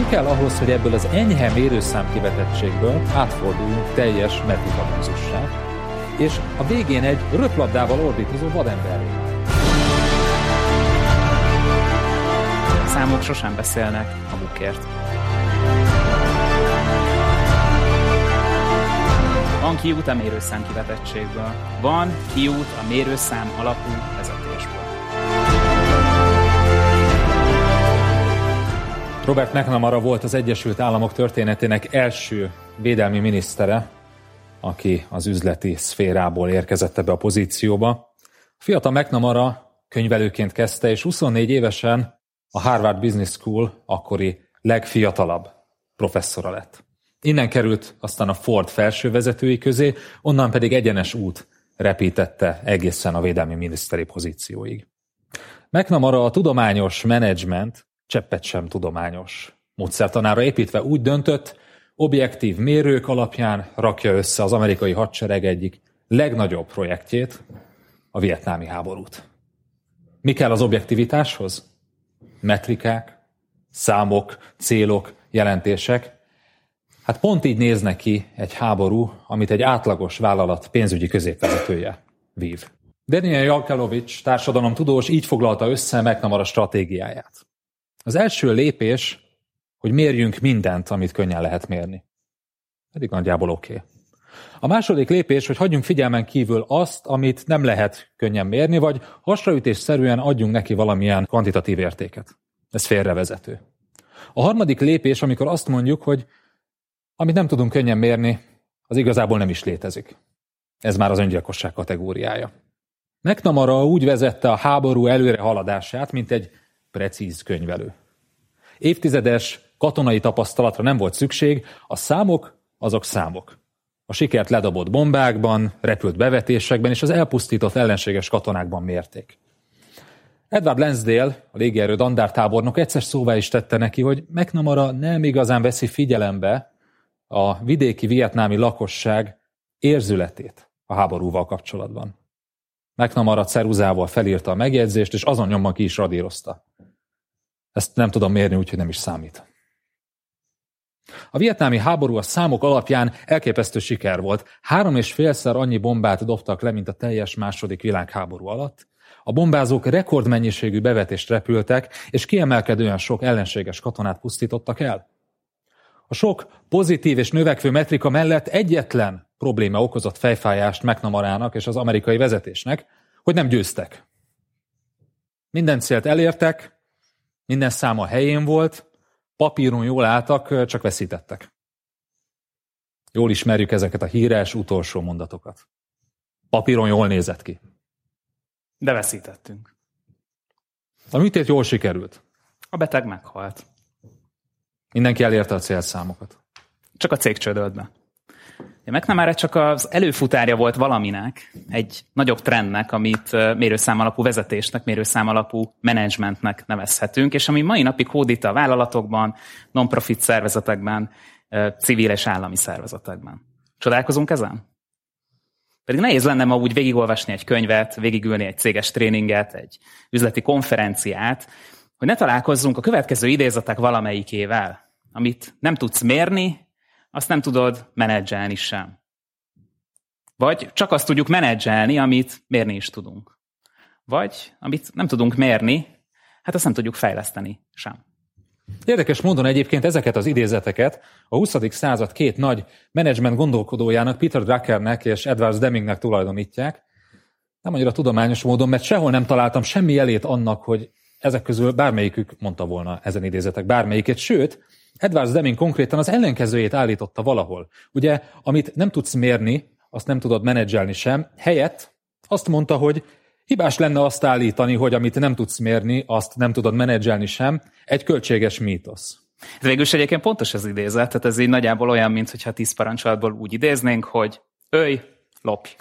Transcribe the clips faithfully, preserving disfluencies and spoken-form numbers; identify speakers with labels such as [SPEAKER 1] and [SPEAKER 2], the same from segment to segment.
[SPEAKER 1] kell ahhoz, hogy ebből az enyhe mérőszám kivetettségből átforduljunk teljes metrikakonzussá, és a végén egy röplabdával ordítozó vademberré.
[SPEAKER 2] A számok sosem beszélnek magukért. Van kiút a mérőszám kivetettségből. Van kiút a mérőszám alapú vezetésből.
[SPEAKER 1] Robert McNamara volt az Egyesült Államok történetének első védelmi minisztere, aki az üzleti szférából érkezett ebbe a pozícióba. A fiatal McNamara könyvelőként kezdte, és huszonnégy évesen a Harvard Business School akkori legfiatalabb professzora lett. Innen került aztán a Ford felsővezetői közé, onnan pedig egyenes út repítette egészen a védelmi miniszteri pozícióig. McNamara a tudományos menedzsment cseppet sem tudományos módszertanára építve úgy döntött, objektív mérők alapján rakja össze az amerikai hadsereg egyik legnagyobb projektjét, a vietnámi háborút. Mi kell az objektivitáshoz? Metrikák, számok, célok, jelentések. Hát pont így néz neki egy háború, amit egy átlagos vállalat pénzügyi középvezetője vív. Daniel Jalkelovics társadalomtudós így foglalta össze McNamara stratégiáját. Az első lépés, hogy mérjünk mindent, amit könnyen lehet mérni. Pedig nagyjából oké. Okay. A második lépés, hogy hagyjunk figyelmen kívül azt, amit nem lehet könnyen mérni, vagy hasraütésszerűen adjunk neki valamilyen kvantitatív értéket. Ez félrevezető. A harmadik lépés, amikor azt mondjuk, hogy amit nem tudunk könnyen mérni, az igazából nem is létezik. Ez már az öngyilkosság kategóriája. McNamara úgy vezette a háború előre haladását, mint egy precíz könyvelő. Évtizedes katonai tapasztalatra nem volt szükség, a számok azok számok. A sikert ledobott bombákban, repült bevetésekben és az elpusztított ellenséges katonákban mérték. Edward Lansdale, a légierő dandártábornok egyszer szóvá is tette neki, hogy McNamara nem igazán veszi figyelembe a vidéki vietnámi lakosság érzületét a háborúval kapcsolatban. McNamara ceruzával felírta a megjegyzést, és azon nyomban ki is radírozta. Ezt nem tudom mérni, úgyhogy nem is számít. A vietnámi háború a számok alapján elképesztő siker volt. Három és félszer annyi bombát dobtak le, mint a teljes második világháború alatt. A bombázók rekordmennyiségű bevetést repültek, és kiemelkedően sok ellenséges katonát pusztítottak el. A sok pozitív és növekvő metrika mellett egyetlen probléma okozott fejfájást McNamarának és az amerikai vezetésnek, hogy nem győztek. Minden célt elértek, minden száma helyén volt, papíron jól álltak, csak veszítettek. Jól ismerjük ezeket a híres utolsó mondatokat. Papíron jól nézett ki.
[SPEAKER 2] De veszítettünk.
[SPEAKER 1] A műtét jól sikerült.
[SPEAKER 2] A beteg meghalt.
[SPEAKER 1] Mindenki elérte a célszámokat.
[SPEAKER 2] Csak a cég csődölt be. McNamara csak az előfutárja volt valaminek, egy nagyobb trendnek, amit mérőszám alapú vezetésnek, mérőszám alapú menedzsmentnek nevezhetünk, és ami mai napig hódít a vállalatokban, non-profit szervezetekben, civil és állami szervezetekben. Csodálkozunk ezen? Pedig nehéz lenne ma úgy végigolvasni egy könyvet, végigülni egy céges tréninget, egy üzleti konferenciát, hogy ne találkozzunk a következő idézetek valamelyikével, amit nem tudsz mérni, azt nem tudod menedzselni sem. Vagy csak azt tudjuk menedzselni, amit mérni is tudunk. Vagy amit nem tudunk mérni, hát azt nem tudjuk fejleszteni sem.
[SPEAKER 1] Érdekes módon egyébként ezeket az idézeteket a huszadik század két nagy menedzsment gondolkodójának, Peter Druckernek és Edward Demingnek tulajdonítják. Nem annyira tudományos módon, mert sehol nem találtam semmi jelét annak, hogy ezek közül bármelyikük mondta volna ezen idézetek bármelyiket, sőt, Edward Deming konkrétan az ellenkezőjét állította valahol. Ugye, amit nem tudsz mérni, azt nem tudod menedzselni sem, helyett azt mondta, hogy hibás lenne azt állítani, hogy amit nem tudsz mérni, azt nem tudod menedzselni sem, egy költséges mítosz.
[SPEAKER 2] Ez végül is egyébként pontos az idézet, tehát ez így nagyjából olyan, mintha tíz parancsolatból úgy idéznénk, hogy ölj, lopj.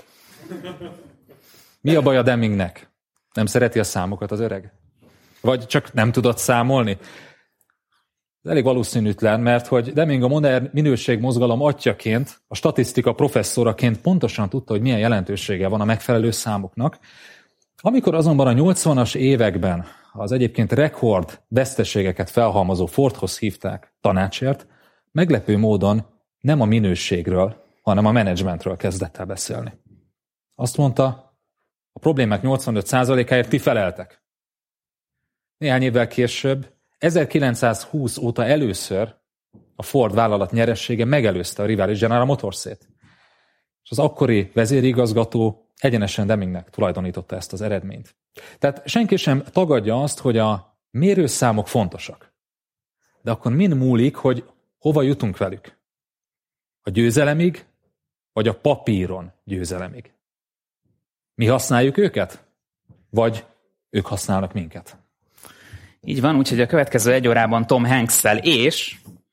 [SPEAKER 1] Mi a baj a Demingnek? Nem szereti a számokat az öreg? Vagy csak nem tudod számolni? Ez elég valószínűtlen, mert hogy Deming a modern minőségmozgalom atyaként, a statisztika professzoraként pontosan tudta, hogy milyen jelentősége van a megfelelő számoknak. Amikor azonban a nyolcvanas években az egyébként rekord veszteségeket felhalmozó Fordhoz hívták tanácsért, meglepő módon nem a minőségről, hanem a menedzsmentről kezdett el beszélni. Azt mondta, a problémák nyolcvanöt százalékáért ti feleltek. Néhány évvel később, ezerkilencszázhúsz óta először a Ford vállalat nyeressége megelőzte a rivális General Motors-ét. És az akkori vezérigazgató egyenesen Demingnek tulajdonította ezt az eredményt. Tehát senki sem tagadja azt, hogy a mérőszámok fontosak. De akkor mind múlik, hogy hova jutunk velük? A győzelemig, vagy a papíron győzelemig? Mi használjuk őket? Vagy ők használnak minket?
[SPEAKER 2] Így van, úgyhogy a következő egy órában Tom Hanks-szel és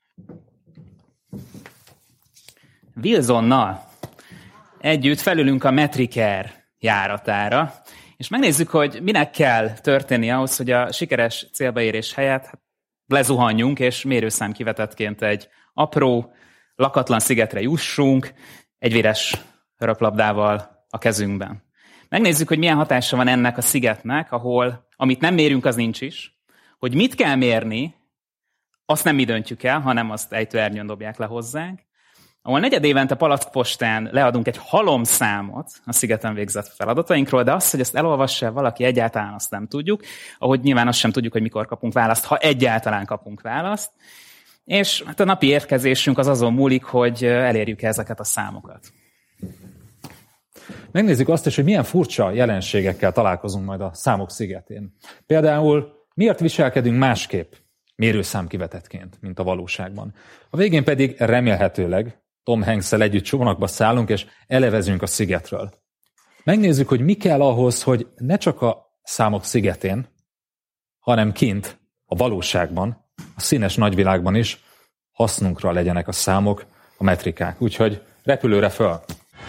[SPEAKER 2] Wilsonnal együtt felülünk a Metriker járatára, és megnézzük, hogy minek kell történni ahhoz, hogy a sikeres célbaérés helyett hát, lezuhanjunk, és mérőszám kivetettként egy apró, lakatlan szigetre jussunk, egy véres röplabdával a kezünkben. Megnézzük, hogy milyen hatása van ennek a szigetnek, ahol amit nem mérünk, az nincs is. Hogy mit kell mérni, azt nem mi döntjük el, hanem azt ejtőernyőn dobják le hozzánk. Ahol negyed évente palackpostán leadunk egy halomszámot a szigeten végzett feladatainkról, de azt, hogy ezt elolvassa valaki, egyáltalán azt nem tudjuk, ahogy nyilván azt sem tudjuk, hogy mikor kapunk választ, ha egyáltalán kapunk választ. És hát a napi érkezésünk az azon múlik, hogy elérjük ezeket a számokat.
[SPEAKER 1] Megnézzük azt is, hogy milyen furcsa jelenségekkel találkozunk majd a számok szigetén. Például miért viselkedünk másképp mérőszámkivetetként, mint a valóságban. A végén pedig remélhetőleg Tom Hanks-szel együtt csónakba szállunk, és elevezünk a szigetről. Megnézzük, hogy mi kell ahhoz, hogy ne csak a számok szigetén, hanem kint, a valóságban, a színes nagyvilágban is hasznunkra legyenek a számok, a metrikák. Úgyhogy repülőre föl!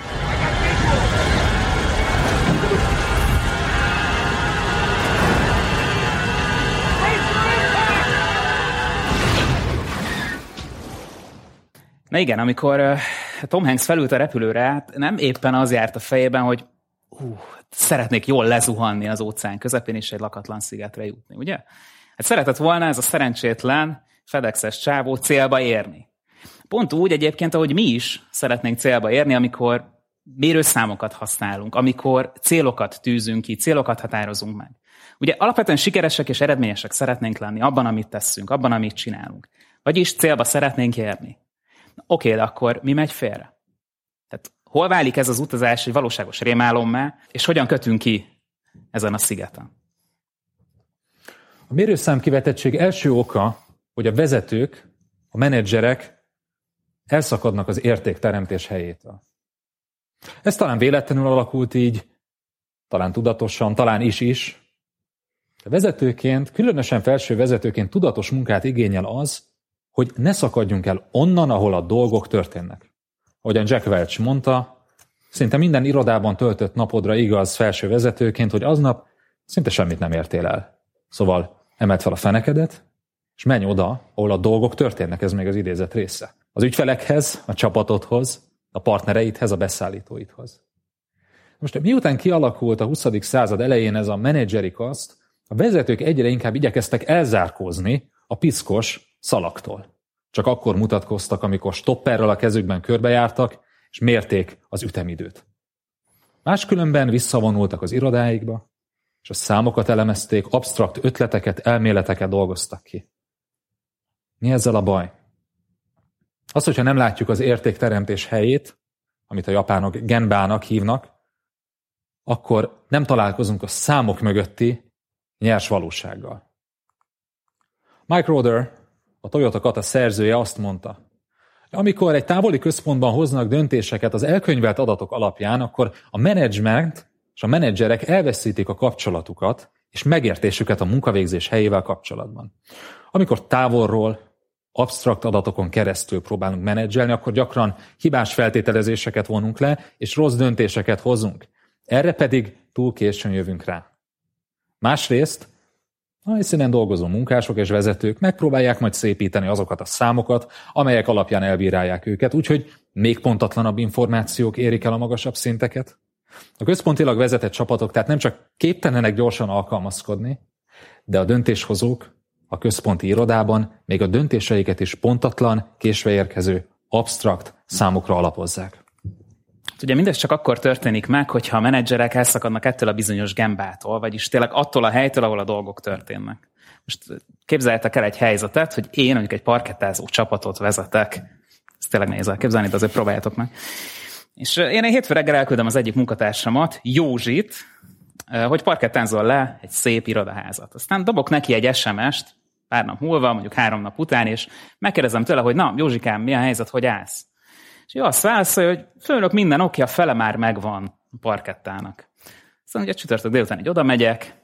[SPEAKER 2] Na igen, amikor uh, Tom Hanks felült a repülőre, hát nem éppen az járt a fejében, hogy uh, szeretnék jól lezuhanni az óceán közepén, és egy lakatlan szigetre jutni, ugye? Hát szeretett volna ez a szerencsétlen FedExes csávó célba érni. Pont úgy egyébként, ahogy mi is szeretnénk célba érni, amikor mérőszámokat használunk, amikor célokat tűzünk ki, célokat határozunk meg. Ugye alapvetően sikeresek és eredményesek szeretnénk lenni abban, amit teszünk, abban, amit csinálunk. Vagyis célba szeretnénk érni. Oké, de akkor mi megy félre? Tehát hol válik ez az utazás egy valóságos rémálommá, és hogyan kötünk ki ezen a szigeten?
[SPEAKER 1] A mérőszámkivetettség első oka, hogy a vezetők, a menedzserek elszakadnak az értékteremtés helyétől. Ez talán véletlenül alakult így, talán tudatosan, talán is-is. A vezetőként, különösen felső vezetőként tudatos munkát igényel az, hogy ne szakadjunk el onnan, ahol a dolgok történnek. Ahogyan Jack Welch mondta, szinte minden irodában töltött napodra igaz felső vezetőként, hogy aznap szinte semmit nem értél el. Szóval emeld fel a fenekedet, és menj oda, ahol a dolgok történnek, ez még az idézet része. Az ügyfelekhez, a csapatodhoz, a partnereidhez, a beszállítóidhoz. Most miután kialakult a huszadik század elején ez a menedzseri kaszt, a vezetők egyre inkább igyekeztek elzárkózni a piszkos szalaktól. Csak akkor mutatkoztak, amikor stopperrel a kezükben körbejártak, és mérték az ütemidőt. Máskülönben visszavonultak az irodáikba, és a számokat elemezték, absztrakt ötleteket, elméleteket dolgoztak ki. Mi ezzel a baj? Az, hogyha nem látjuk az értékteremtés helyét, amit a japánok genbának hívnak, akkor nem találkozunk a számok mögötti nyers valósággal. Mike Roeder, a Toyota Kata szerzője azt mondta, amikor egy távoli központban hoznak döntéseket az elkönyvelt adatok alapján, akkor a menedzsment és a menedzserek elveszítik a kapcsolatukat és megértésüket a munkavégzés helyével kapcsolatban. Amikor távolról, absztrakt adatokon keresztül próbálunk menedzselni, akkor gyakran hibás feltételezéseket vonunk le, és rossz döntéseket hozunk. Erre pedig túl későn jövünk rá. Másrészt a helyszínen dolgozó munkások és vezetők megpróbálják majd szépíteni azokat a számokat, amelyek alapján elbírálják őket, úgyhogy még pontatlanabb információk érik el a magasabb szinteket. A központilag vezetett csapatok tehát nem csak képtelenek gyorsan alkalmazkodni, de a döntéshozók a központi irodában még a döntéseiket is pontatlan, késve érkező, absztrakt számokra alapozzák.
[SPEAKER 2] Ugye mindez csak akkor történik meg, hogyha a menedzserek elszakadnak ettől a bizonyos gembától, vagyis tényleg attól a helytől, ahol a dolgok történnek. Most képzeljetek el egy helyzetet, hogy én mondjuk egy parkettázó csapatot vezetek. Ezt tényleg nehéz elképzelni, de azért próbáljátok meg. És én egy hétfő reggel elküldöm az egyik munkatársamat, Józsit, hogy parkettázzon le egy szép irodaházat. Aztán dobok neki egy es em est, pár nap múlva, mondjuk három nap után, és megkérdezem tőle, hogy na, Józsikám, mi a helyzet, hogy állsz? És ő azt válaszolja, hogy főnök, minden oké, a fele már megvan a parkettának. Aztán ugye csütörtök délután így oda megyek,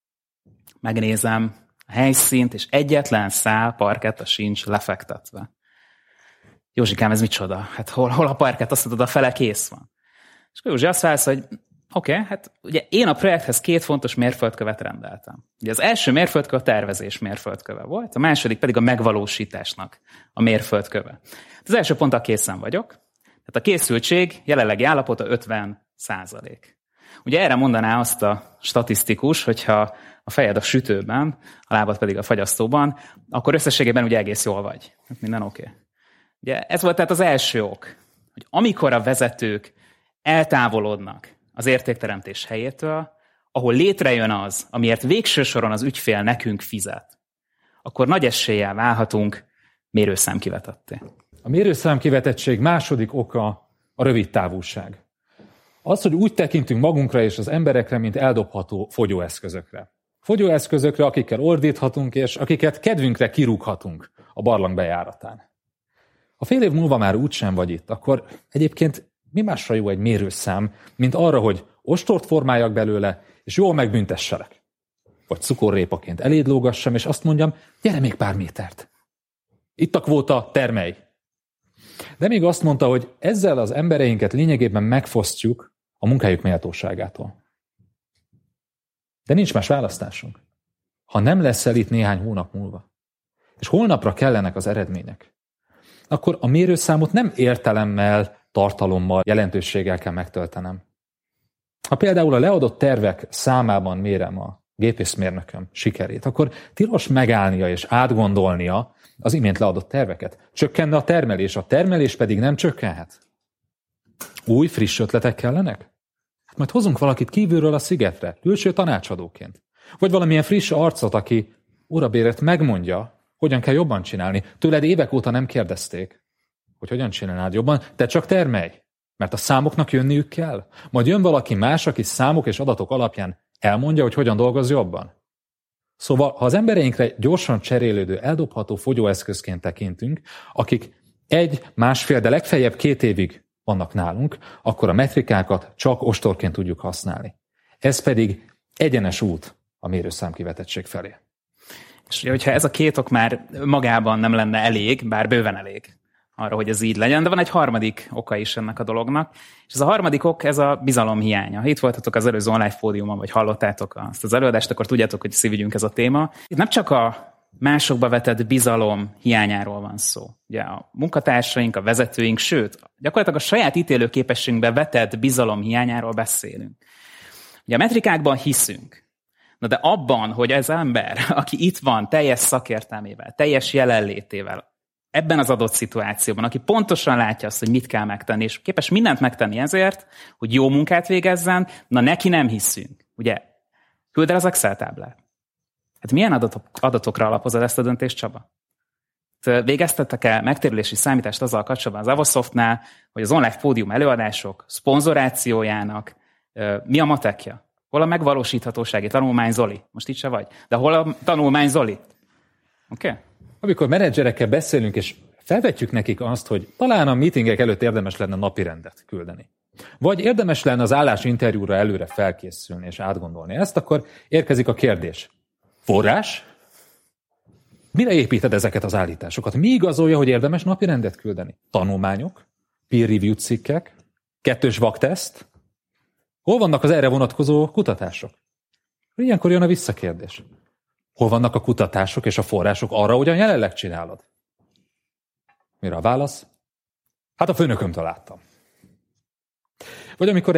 [SPEAKER 2] megnézem a helyszínt, és egyetlen szál parketta sincs lefektetve. Józsikám, ez micsoda? Hát hol, hol a parkett? Azt mondod, a fele kész van. És akkor Józsi azt válaszol, hogy oké, okay, hát ugye én a projekthez két fontos mérföldkövet rendeltem. Ugye az első mérföldkő a tervezés mérföldköve volt, a második pedig a megvalósításnak a mérföldköve. Az első ponttal készen vagyok, tehát a készültség jelenlegi állapota ötven százalék. Ugye erre mondaná azt a statisztikus, hogyha a fejed a sütőben, a lábad pedig a fagyasztóban, akkor összességében ugye egész jól vagy. Hát minden oké. Okay. Ugye ez volt tehát az első ok, hogy amikor a vezetők eltávolodnak az értékteremtés helyétől, ahol létrejön az, amiért végső soron az ügyfél nekünk fizet, akkor nagy eséllyel válhatunk mérőszám kivetetté.
[SPEAKER 1] A mérőszám kivetettség második oka a rövid távúság. Az, hogy úgy tekintünk magunkra és az emberekre, mint eldobható fogyóeszközökre. Fogyóeszközökre, akikkel ordíthatunk, és akiket kedvünkre kirúghatunk a barlang bejáratán. Ha fél év múlva már úgysem vagy itt, akkor egyébként mi másra jó egy mérőszám, mint arra, hogy ostort formáljak belőle, és jól megbüntesselek. Vagy cukorrépaként eléd lógassam, és azt mondjam, gyere még pár métert. Itt a kvóta, termelj. De még azt mondta, hogy ezzel az embereinket lényegében megfosztjuk a munkájuk méltóságától. De nincs más választásunk. Ha nem leszel itt néhány hónap múlva, és holnapra kellenek az eredmények, akkor a mérőszámot nem értelemmel, tartalommal, jelentőséggel kell megtöltenem. Ha például a leadott tervek számában mérem a gépészmérnököm sikerét, akkor tilos megállnia és átgondolnia az imént leadott terveket. Csökkenne a termelés, a termelés pedig nem csökkenhet. Új, friss ötletek kellenek? Hát majd hozunk valakit kívülről a szigetre, külső tanácsadóként. Vagy valamilyen friss arcot, aki órabéret megmondja, hogyan kell jobban csinálni. Tőled évek óta nem kérdezték, hogy hogyan csinálnád jobban, te csak termelj, mert a számoknak jönniük kell. Majd jön valaki más, aki számok és adatok alapján elmondja, hogy hogyan dolgoz jobban. Szóval, ha az embereinkre gyorsan cserélődő, eldobható fogyóeszközként tekintünk, akik egy, másfél, de legfeljebb két évig vannak nálunk, akkor a metrikákat csak ostorként tudjuk használni. Ez pedig egyenes út a mérőszám kivetettség felé.
[SPEAKER 2] És hogyha ez a két ok már magában nem lenne elég, bár bőven elég arra, hogy ez így legyen, de van egy harmadik oka is ennek a dolognak, és ez a harmadik ok, ez a bizalom hiánya. Ha itt voltatok az előző online pódiumon, vagy hallottátok azt az előadást, akkor tudjátok, hogy szívügyünk ez a téma. Itt nem csak a másokba vetett bizalom hiányáról van szó. Ugye a munkatársaink, a vezetőink, sőt, gyakorlatilag a saját ítélőképességünkbe vetett bizalom hiányáról beszélünk. Ugye a metrikákban hiszünk. Na de abban, hogy az ember, aki itt van, teljes szakértelmével, teljes jelenlétével, ebben az adott szituációban, aki pontosan látja azt, hogy mit kell megtenni, és képes mindent megtenni ezért, hogy jó munkát végezzen, na neki nem hiszünk. Ugye, küld el az Excel táblát. Hát milyen adatok, adatokra alapozod ezt a döntést, Csaba? Végeztettek el megtérülési számítást azzal kapcsolatban az Avosoftnál, hogy az online pódium előadások szponzorációjának mi a matekja? Hol a megvalósíthatósági tanulmány, Zoli? Most itt se vagy. De hol a tanulmány, Zoli? Oké? Okay?
[SPEAKER 1] Amikor menedzserekkel beszélünk, és felvetjük nekik azt, hogy talán a meetingek előtt érdemes lenne napirendet küldeni. Vagy érdemes lenne az állásinterjúra előre felkészülni és átgondolni ezt, akkor érkezik a kérdés. Forrás? Mire építed ezeket az állításokat? Mi igazolja, hogy érdemes napirendet küldeni? Tanulmányok? Peer review cikkek? Kettős vakteszt? Hol vannak az erre vonatkozó kutatások? Ilyenkor jön a visszakérdés. Hol vannak a kutatások és a források arra, hogyan jelenleg csinálod? Mire a válasz? Hát a főnökömtől láttam. Vagy amikor egy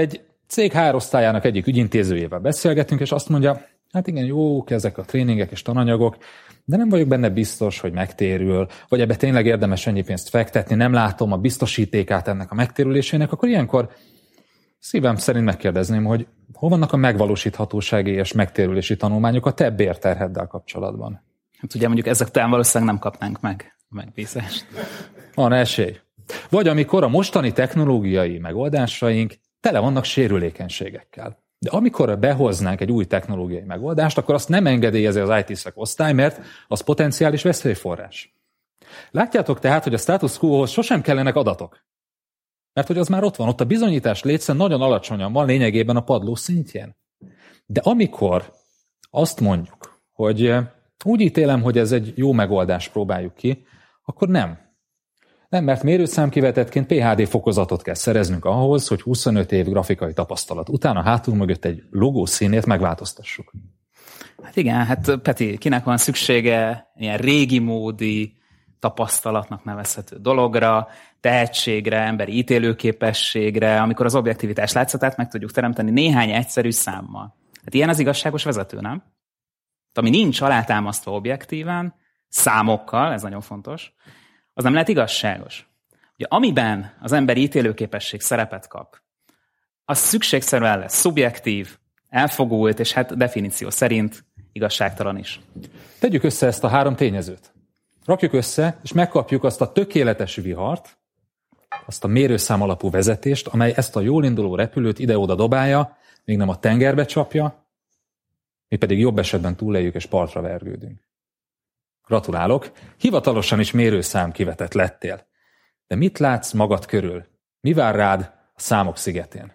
[SPEAKER 1] cég há er osztályának egyik ügyintézőjével beszélgetünk, és azt mondja, hát igen, jók ezek a tréningek és tananyagok, de nem vagyok benne biztos, hogy megtérül, vagy ebbe tényleg érdemes ennyi pénzt fektetni, nem látom a biztosítékát ennek a megtérülésének, akkor ilyenkor szívem szerint megkérdezném, hogy hol vannak a megvalósíthatósági és megtérülési tanulmányok a te bérterheddel kapcsolatban?
[SPEAKER 2] Hát ugye mondjuk ezek után valószínűleg nem kapnánk meg a megbízást.
[SPEAKER 1] Van esély. Vagy amikor a mostani technológiai megoldásaink tele vannak sérülékenységekkel. De amikor behoznánk egy új technológiai megoldást, akkor azt nem engedélyezi az i té-szek osztály, mert az potenciális veszélyforrás. Látjátok tehát, hogy a status quo-hoz sosem kellenek adatok. Mert hogy az már ott van, ott a bizonyítás létsze nagyon alacsonyan van, lényegében a padló szintjén. De amikor azt mondjuk, hogy úgy ítélem, hogy ez egy jó megoldás, próbáljuk ki, akkor nem. Nem, mert mérőszámkivetetként pé há dé fokozatot kell szereznünk ahhoz, hogy huszonöt év grafikai tapasztalat után a hátul mögött egy logó színét megváltoztassuk.
[SPEAKER 2] Hát igen, hát Peti, kinek van szüksége ilyen régi módi tapasztalatnak nevezhető dologra, tehetségre, emberi ítélőképességre, amikor az objektivitás látszatát meg tudjuk teremteni néhány egyszerű számmal. Hát ilyen az igazságos vezető, nem? Ami nincs alátámasztva objektíven, számokkal, ez nagyon fontos, az nem lehet igazságos. Ugye, amiben az emberi ítélőképesség szerepet kap, az szükségszerűen lesz szubjektív, elfogult, és hát definíció szerint igazságtalan is.
[SPEAKER 1] Tegyük össze ezt a három tényezőt. Rakjuk össze, és megkapjuk azt a tökéletes vihart, azt a mérőszám alapú vezetést, amely ezt a jól induló repülőt ide-oda dobálja, még nem a tengerbe csapja, mi pedig jobb esetben túléljük és partra vergődünk. Gratulálok, hivatalosan is mérőszám kivetett lettél. De mit látsz magad körül? Mi vár rád a számok szigetén?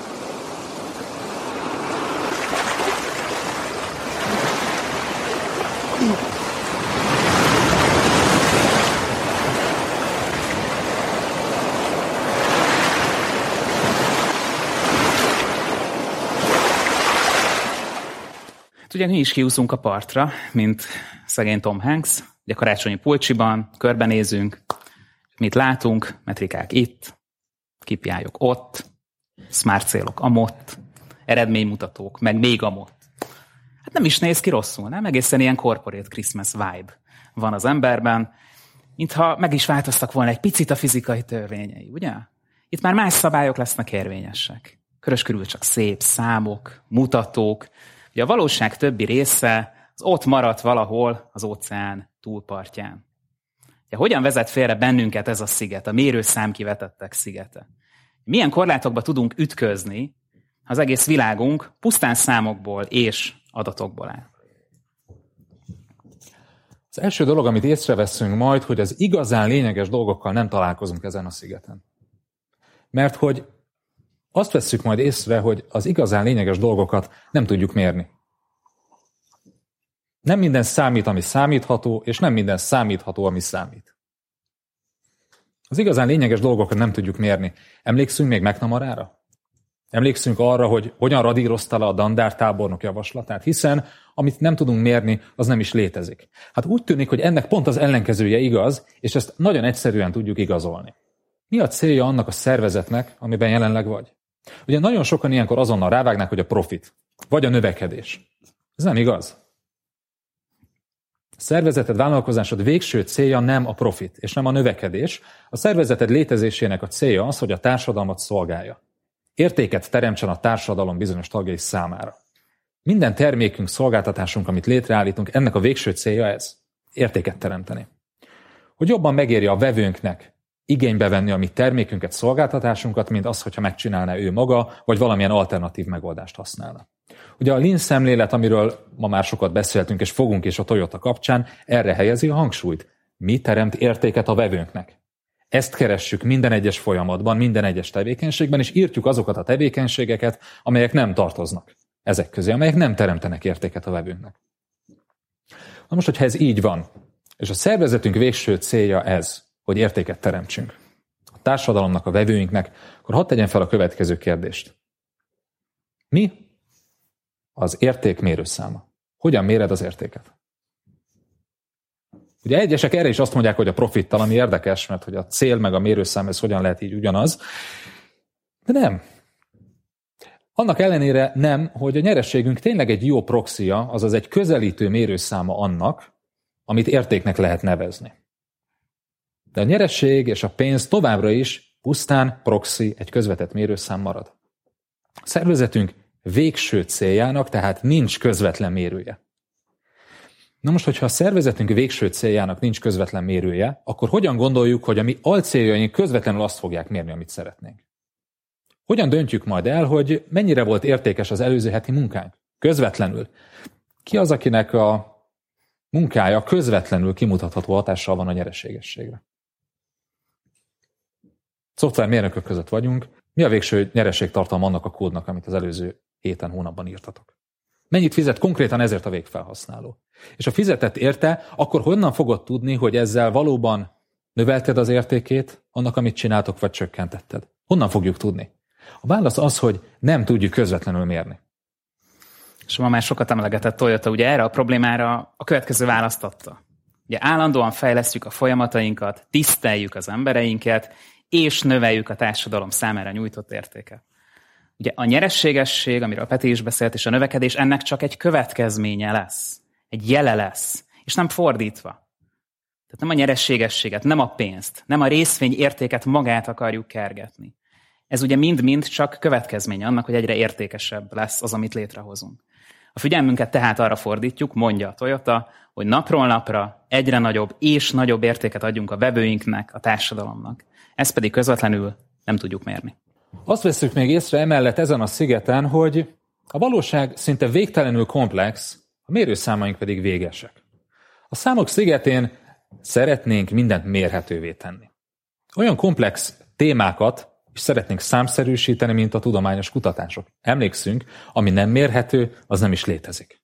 [SPEAKER 2] Ugye mi is kiúszunk a partra, mint szegény Tom Hanks, ugye karácsonyi pulcsiban, körbenézünk, mit látunk, metrikák itt, kipjályok ott, smart célok amott, eredménymutatók, meg még amott. Hát nem is néz ki rosszul, nem? Egészen ilyen corporate Christmas vibe van az emberben, mintha meg is változtak volna egy picit a fizikai törvényei, ugye? Itt már más szabályok lesznek érvényesek. Körös körül csak szép számok, mutatók. Ugye a valóság többi része az ott maradt valahol az óceán túlpartján. Ugye, hogyan vezet félre bennünket ez a sziget, a mérőszám kivetettek szigete? Milyen korlátokba tudunk ütközni, ha az egész világunk pusztán számokból és adatokból áll?
[SPEAKER 1] Az első dolog, amit észreveszünk majd, hogy az igazán lényeges dolgokkal nem találkozunk ezen a szigeten. Mert hogy azt vesszük majd észre, hogy az igazán lényeges dolgokat nem tudjuk mérni. Nem minden számít, ami számítható, és nem minden számítható, ami számít. Az igazán lényeges dolgokat nem tudjuk mérni. Emlékszünk még McNamara-ra? Emlékszünk arra, hogy hogyan radírozta le a Dandár tábornok javaslatát, hiszen amit nem tudunk mérni, az nem is létezik. Hát úgy tűnik, hogy ennek pont az ellenkezője igaz, és ezt nagyon egyszerűen tudjuk igazolni. Mi a célja annak a szervezetnek, amiben jelenleg vagy? Ugye nagyon sokan ilyenkor azonnal rávágnák, hogy a profit, vagy a növekedés. Ez nem igaz. A szervezeted, vállalkozásod végső célja nem a profit, és nem a növekedés. A szervezeted létezésének a célja az, hogy a társadalmat szolgálja. Értéket teremtsen a társadalom bizonyos tagjai számára. Minden termékünk, szolgáltatásunk, amit létreállítunk, ennek a végső célja ez. Értéket teremteni. Hogy jobban megérje a vevőnknek igénybe venni a mi termékünket, szolgáltatásunkat, mint az, hogyha megcsinálná ő maga, vagy valamilyen alternatív megoldást használna. Ugye a Lean szemlélet, amiről ma már sokat beszéltünk, és fogunk is a Toyota kapcsán, erre helyezi a hangsúlyt. Mi teremt értéket a vevőnknek? Ezt keressük minden egyes folyamatban, minden egyes tevékenységben, és írtjuk azokat a tevékenységeket, amelyek nem tartoznak ezek közé, amelyek nem teremtenek értéket a vevőnknek. Na most, hogyha ez így van, és a szervezetünk végső célja ez, hogy értéket teremtsünk a társadalomnak, a vevőinknek, akkor hadd tegyen fel a következő kérdést. Mi az érték mérőszáma? Hogyan méred az értéket? Ugye egyesek erre is azt mondják, hogy a profittal, ami érdekes, mert hogy a cél meg a mérőszám, ez hogyan lehet így ugyanaz. De nem. Annak ellenére nem, hogy a nyerességünk tényleg egy jó proxia, azaz egy közelítő mérőszáma annak, amit értéknek lehet nevezni. De a nyeresség és a pénz továbbra is pusztán proxy, egy közvetett mérőszám marad. A szervezetünk végső céljának tehát nincs közvetlen mérője. Na most, hogyha a szervezetünk végső céljának nincs közvetlen mérője, akkor hogyan gondoljuk, hogy a mi alcéljaink közvetlenül azt fogják mérni, amit szeretnénk? Hogyan döntjük majd el, hogy mennyire volt értékes az előző heti munkánk? Közvetlenül. Ki az, akinek a munkája közvetlenül kimutatható hatással van a nyereségességre? Szoftvermérnökök között vagyunk. Mi a végső nyereségtartalma annak a kódnak, amit az előző héten, hónapban írtatok? Mennyit fizet konkrétan ezért a végfelhasználó? És ha fizetett érte, akkor honnan fogod tudni, hogy ezzel valóban növelted az értékét annak, amit csináltok, vagy csökkentetted? Honnan fogjuk tudni? A válasz az, hogy nem tudjuk közvetlenül mérni.
[SPEAKER 2] És ma már sokat emlegetett Toyota, ugye erre a problémára a következő választ adta. Ugye állandóan fejlesztjük a folyamatainkat, tiszteljük az embereinket, és növeljük a társadalom számára nyújtott értéket. Ugye a nyerességesség, amiről Peti is beszélt, és a növekedés ennek csak egy következménye lesz. Egy jele lesz, és nem fordítva. Tehát nem a nyerességességet, nem a pénzt, nem a részvény értéket magát akarjuk kergetni. Ez ugye mind-mind csak következménye annak, hogy egyre értékesebb lesz az, amit létrehozunk. A figyelmünket tehát arra fordítjuk, mondja a Toyota, hogy napról napra egyre nagyobb és nagyobb értéket adjunk a vevőinknek, a társadalomnak. Ezt pedig közvetlenül nem tudjuk mérni.
[SPEAKER 1] Azt vesszük még észre emellett ezen a szigeten, hogy a valóság szinte végtelenül komplex, a mérőszámaink pedig végesek. A számok szigetén szeretnénk mindent mérhetővé tenni. Olyan komplex témákat is szeretnénk számszerűsíteni, mint a tudományos kutatások. Emlékszünk, ami nem mérhető, az nem is létezik.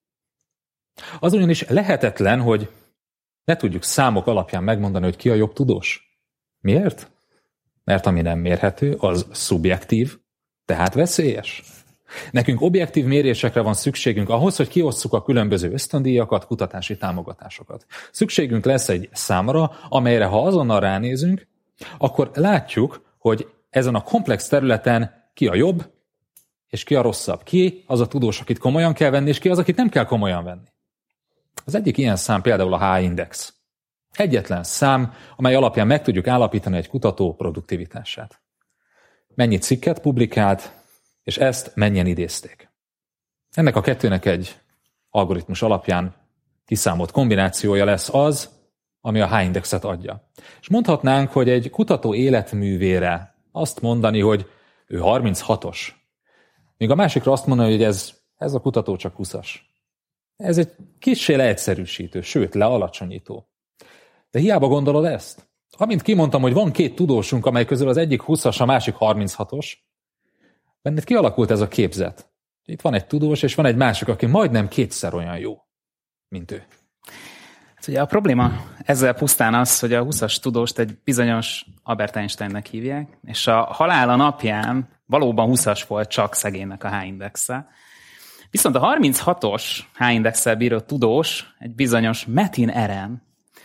[SPEAKER 1] Az ugyanis lehetetlen, hogy ne tudjuk számok alapján megmondani, hogy ki a jobb tudós. Miért? Mert ami nem mérhető, az szubjektív, tehát veszélyes. Nekünk objektív mérésekre van szükségünk ahhoz, hogy kiosszuk a különböző ösztöndíjakat, kutatási támogatásokat. Szükségünk lesz egy számra, amelyre ha azonnal ránézünk, akkor látjuk, hogy ezen a komplex területen ki a jobb, és ki a rosszabb. Ki az a tudós, akit komolyan kell venni, és ki az, akit nem kell komolyan venni. Az egyik ilyen szám például a H-index. Egyetlen szám, amely alapján meg tudjuk állapítani egy kutató produktivitását. Mennyi cikket publikált, és ezt mennyien idézték. Ennek a kettőnek egy algoritmus alapján kiszámolt kombinációja lesz az, ami a H-indexet adja. És mondhatnánk, hogy egy kutató életművére azt mondani, hogy ő harminchatos, míg a másikra azt mondani, hogy ez, ez a kutató csak huszas. Ez egy kissé leegyszerűsítő, sőt lealacsonyító. De hiába gondolod ezt? Amint kimondtam, hogy van két tudósunk, amely közül az egyik huszas, a másik harminchatos, benned kialakult ez a képzet. Itt van egy tudós, és van egy másik, aki majdnem kétszer olyan jó, mint ő.
[SPEAKER 2] Hát ugye a probléma ezzel pusztán az, hogy a huszas tudóst egy bizonyos Albert Einsteinnek hívják, és a halála napján valóban huszas volt csak szegénynek a H-indexe. Viszont a harminchatos H-indexel bíró tudós egy bizonyos Metin Eren,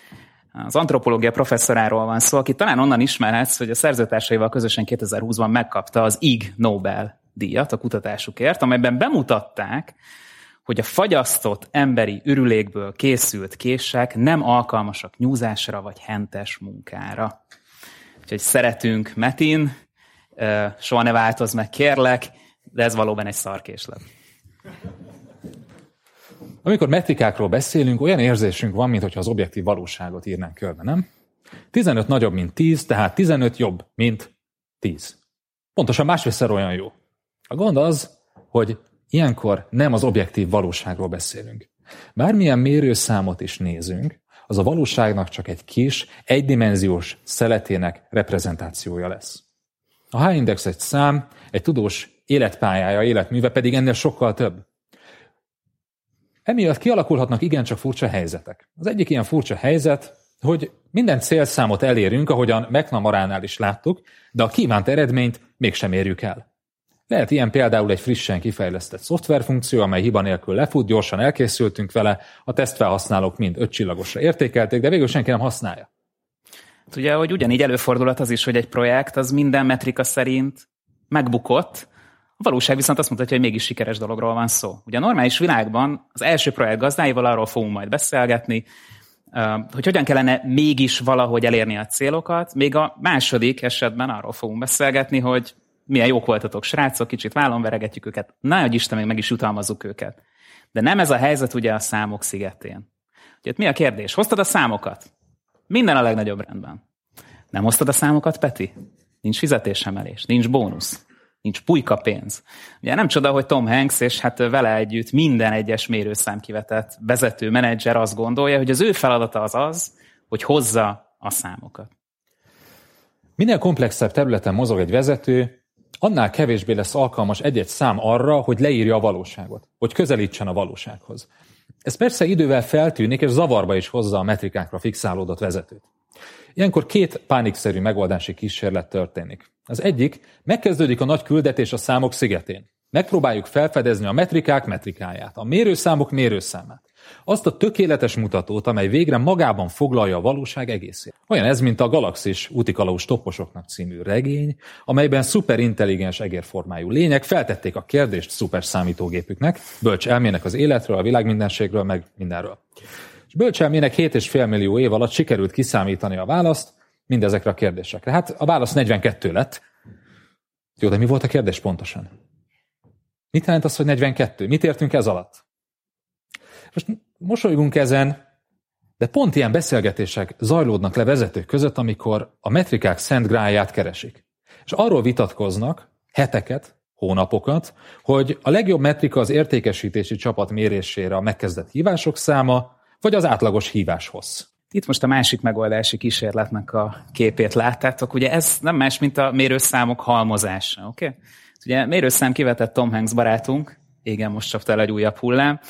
[SPEAKER 2] az antropológia professzoráról van szó, aki talán onnan ismerhetsz, hogy a szerzőtársaival közösen kétezer-húszban megkapta az Ig Nobel-díjat a kutatásukért, amelyben bemutatták, hogy a fagyasztott emberi ürülékből készült kések nem alkalmasak nyúzásra vagy hentes munkára. Úgyhogy szeretünk, Metin, soha ne változz meg, kérlek, de ez valóban egy szarkéslep.
[SPEAKER 1] Amikor metrikákról beszélünk, olyan érzésünk van, mintha az objektív valóságot írnánk körbe, nem? tizenöt nagyobb, mint tíz, tehát tizenöt jobb, mint tíz. Pontosan másfélszer olyan jó. A gond az, hogy ilyenkor nem az objektív valóságról beszélünk. Bármilyen mérőszámot is nézünk, az a valóságnak csak egy kis, egydimenziós szeletének reprezentációja lesz. A H-index egy szám, egy tudós életpályája, életműve pedig ennél sokkal több. Emiatt kialakulhatnak igencsak furcsa helyzetek. Az egyik ilyen furcsa helyzet, hogy minden célszámot elérünk, ahogyan McNamara-nál is láttuk, de a kívánt eredményt mégsem érjük el. Lehet ilyen például egy frissen kifejlesztett szoftverfunkció, amely hiba nélkül lefut, gyorsan elkészültünk vele, a tesztfelhasználók mind öt csillagosra értékelték, de végül senki nem használja.
[SPEAKER 2] Ugye, hogy ugyanígy előfordulhat az is, hogy egy projekt az minden metrika szerint megbukott, A valóság viszont azt mutatja, hogy mégis sikeres dologról van szó. Ugye a normális világban az első projekt gazdáival arról fogunk majd beszélgetni, hogy hogyan kellene mégis valahogy elérni a célokat, még a második esetben arról fogunk beszélgetni, hogy milyen jók voltatok, srácok, kicsit vállon veregetjük őket, nagy Isten, még meg is jutalmazzuk őket. De nem ez a helyzet ugye a számok szigetén. Ugye mi a kérdés? Hoztad a számokat? Minden a legnagyobb rendben. Nem hoztad a számokat, Peti? Nincs fizetésemelés, nincs bónusz, nincs pulyka pénz. Ugye nem csoda, hogy Tom Hanks és hát vele együtt minden egyes mérőszám kivetett vezető menedzser azt gondolja, hogy az ő feladata az az, hogy hozza a számokat.
[SPEAKER 1] Minél komplexebb területen mozog egy vezető, annál kevésbé lesz alkalmas egy-egy szám arra, hogy leírja a valóságot, hogy közelítsen a valósághoz. Ez persze idővel feltűnik, és zavarba is hozza a metrikákra fixálódott vezetőt. Ilyenkor két pánikszerű megoldási kísérlet történik. Az egyik, megkezdődik a nagy küldetés a számok szigetén. Megpróbáljuk felfedezni a metrikák metrikáját, a mérőszámok mérőszámát. Azt a tökéletes mutatót, amely végre magában foglalja a valóság egészét. Olyan ez, mint a Galaxis útikalauz topposoknak című regény, amelyben szuperintelligens egérformájú lények feltették a kérdést szuper számítógépüknek, bölcs elmének az életről, a világmindenségről, meg mindenről. És bölcs elmének hét és fél millió év alatt sikerült kiszámítani a választ mindezekre a kérdésekre. Hát a válasz negyvenkettő lett. Jó, de mi volt a kérdés pontosan? Mit jelent az, hogy negyvenkettő? Mit értünk ez alatt? Most mosolygunk ezen, de pont ilyen beszélgetések zajlódnak le vezetők között, amikor a metrikák szent grálját keresik. És arról vitatkoznak heteket, hónapokat, hogy a legjobb metrika az értékesítési csapat mérésére a megkezdett hívások száma, vagy az átlagos hívás hossz.
[SPEAKER 2] Itt most a másik megoldási kísérletnek a képét láttátok. Ugye ez nem más, mint a mérőszámok halmozása. Oké? Okay? Ugye mérőszám kivetett Tom Hanks barátunk, igen, most csapta el egy újabb hullám.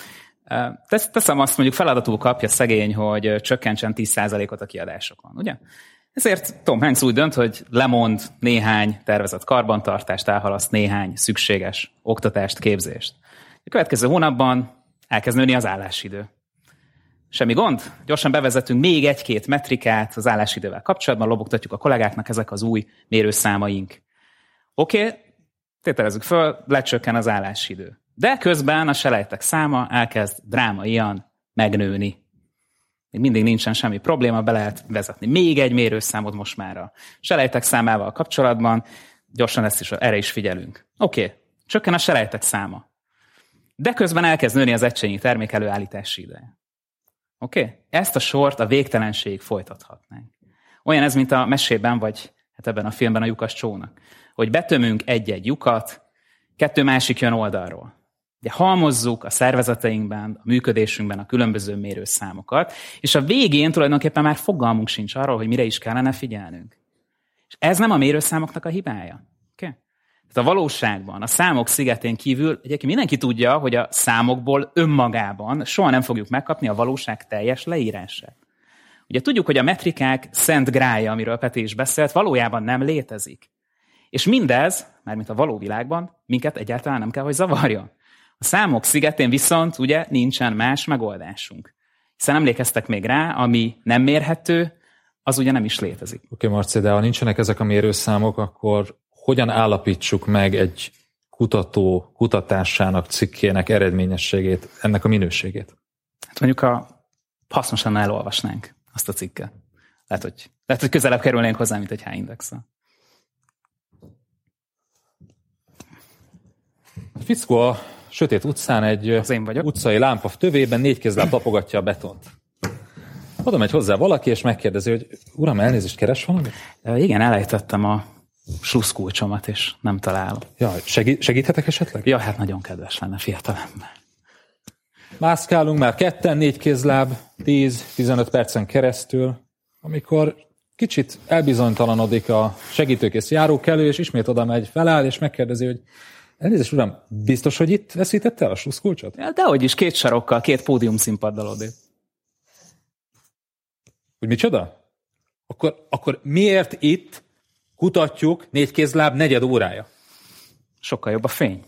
[SPEAKER 2] Teszem azt, mondjuk feladatul kapja szegény, hogy csökkentsen tíz százalékot a kiadásokon, ugye? Ezért Tom Hanks úgy dönt, hogy lemond néhány tervezett karbantartást, elhalaszt néhány szükséges oktatást, képzést. A következő hónapban elkezd nőni az állásidő. Semmi gond, gyorsan bevezetünk még egy-két metrikát az állásidővel kapcsolatban, lobogtatjuk a kollégáknak, ezek az új mérőszámaink. Oké, okay, tételezzük föl, lecsökken az állásidő. De közben a selejtek száma elkezd drámaian megnőni. Még mindig nincsen semmi probléma, be lehet vezetni még egy mérőszámot most már a selejtek számával kapcsolatban, gyorsan ezt is, erre is figyelünk. Oké, okay, csökken a selejtek száma. De közben elkezd nőni az egysényi termék előállítási ideje. Oké? Okay? Ezt a sort a végtelenségig folytathatnánk. Olyan ez, mint a mesében, vagy hát ebben a filmben a lyukas csónak, hogy betömünk egy-egy lyukat, kettő másik jön oldalról. De halmozzuk a szervezeteinkben, a működésünkben a különböző mérőszámokat, és a végén tulajdonképpen már fogalmunk sincs arról, hogy mire is kellene figyelnünk. És ez nem a mérőszámoknak a hibája. Okay? Tehát a valóságban, a számok szigetén kívül egyébként mindenki tudja, hogy a számokból önmagában soha nem fogjuk megkapni a valóság teljes leírását. Ugye tudjuk, hogy a metrikák szent grálja, amiről Peti is beszélt, valójában nem létezik. És mindez, mármint a való világban, minket egyáltalán nem kell, hogy zavarjon. A számok szigetén viszont ugye nincsen más megoldásunk. Hiszen emlékeztek még rá, ami nem mérhető, az ugye nem is létezik.
[SPEAKER 1] Oké, okay, Marci, de ha nincsenek ezek a mérőszámok, akkor hogyan állapítsuk meg egy kutató kutatásának, cikkének eredményességét, ennek a minőségét?
[SPEAKER 2] Hát mondjuk a hasznosan elolvasnánk azt a cikket. Lehet, hogy, lehet, hogy közelebb kerülnénk hozzá, mint egy H-indexel.
[SPEAKER 1] A fickó a sötét utcán egy utcai lámpa tövében négy kézláb tapogatja a betont. Oda megy hozzá valaki, és megkérdezi, hogy uram, elnézést, keres valamit?
[SPEAKER 2] Igen, elejtettem a sluszkulcsomat, és nem találom.
[SPEAKER 1] Ja, segít, segíthetek esetleg?
[SPEAKER 2] Ja, hát nagyon kedves lenne, fiatalember.
[SPEAKER 1] Mászkálunk már ketten, négy kézláb, tíz-tizenöt percen keresztül, amikor kicsit elbizonytalanodik a segítőkész járókelő, és ismét oda megy, feláll, és megkérdezi, hogy elnézést, uram, biztos, hogy itt veszítette el a sluszkulcsot?
[SPEAKER 2] Ja, dehogy is, két sarokkal, két pódium színpaddal odébb.
[SPEAKER 1] Hogy micsoda? Akkor, akkor miért itt kutatjuk négy kézláb negyed órája?
[SPEAKER 2] Sokkal jobb a fény.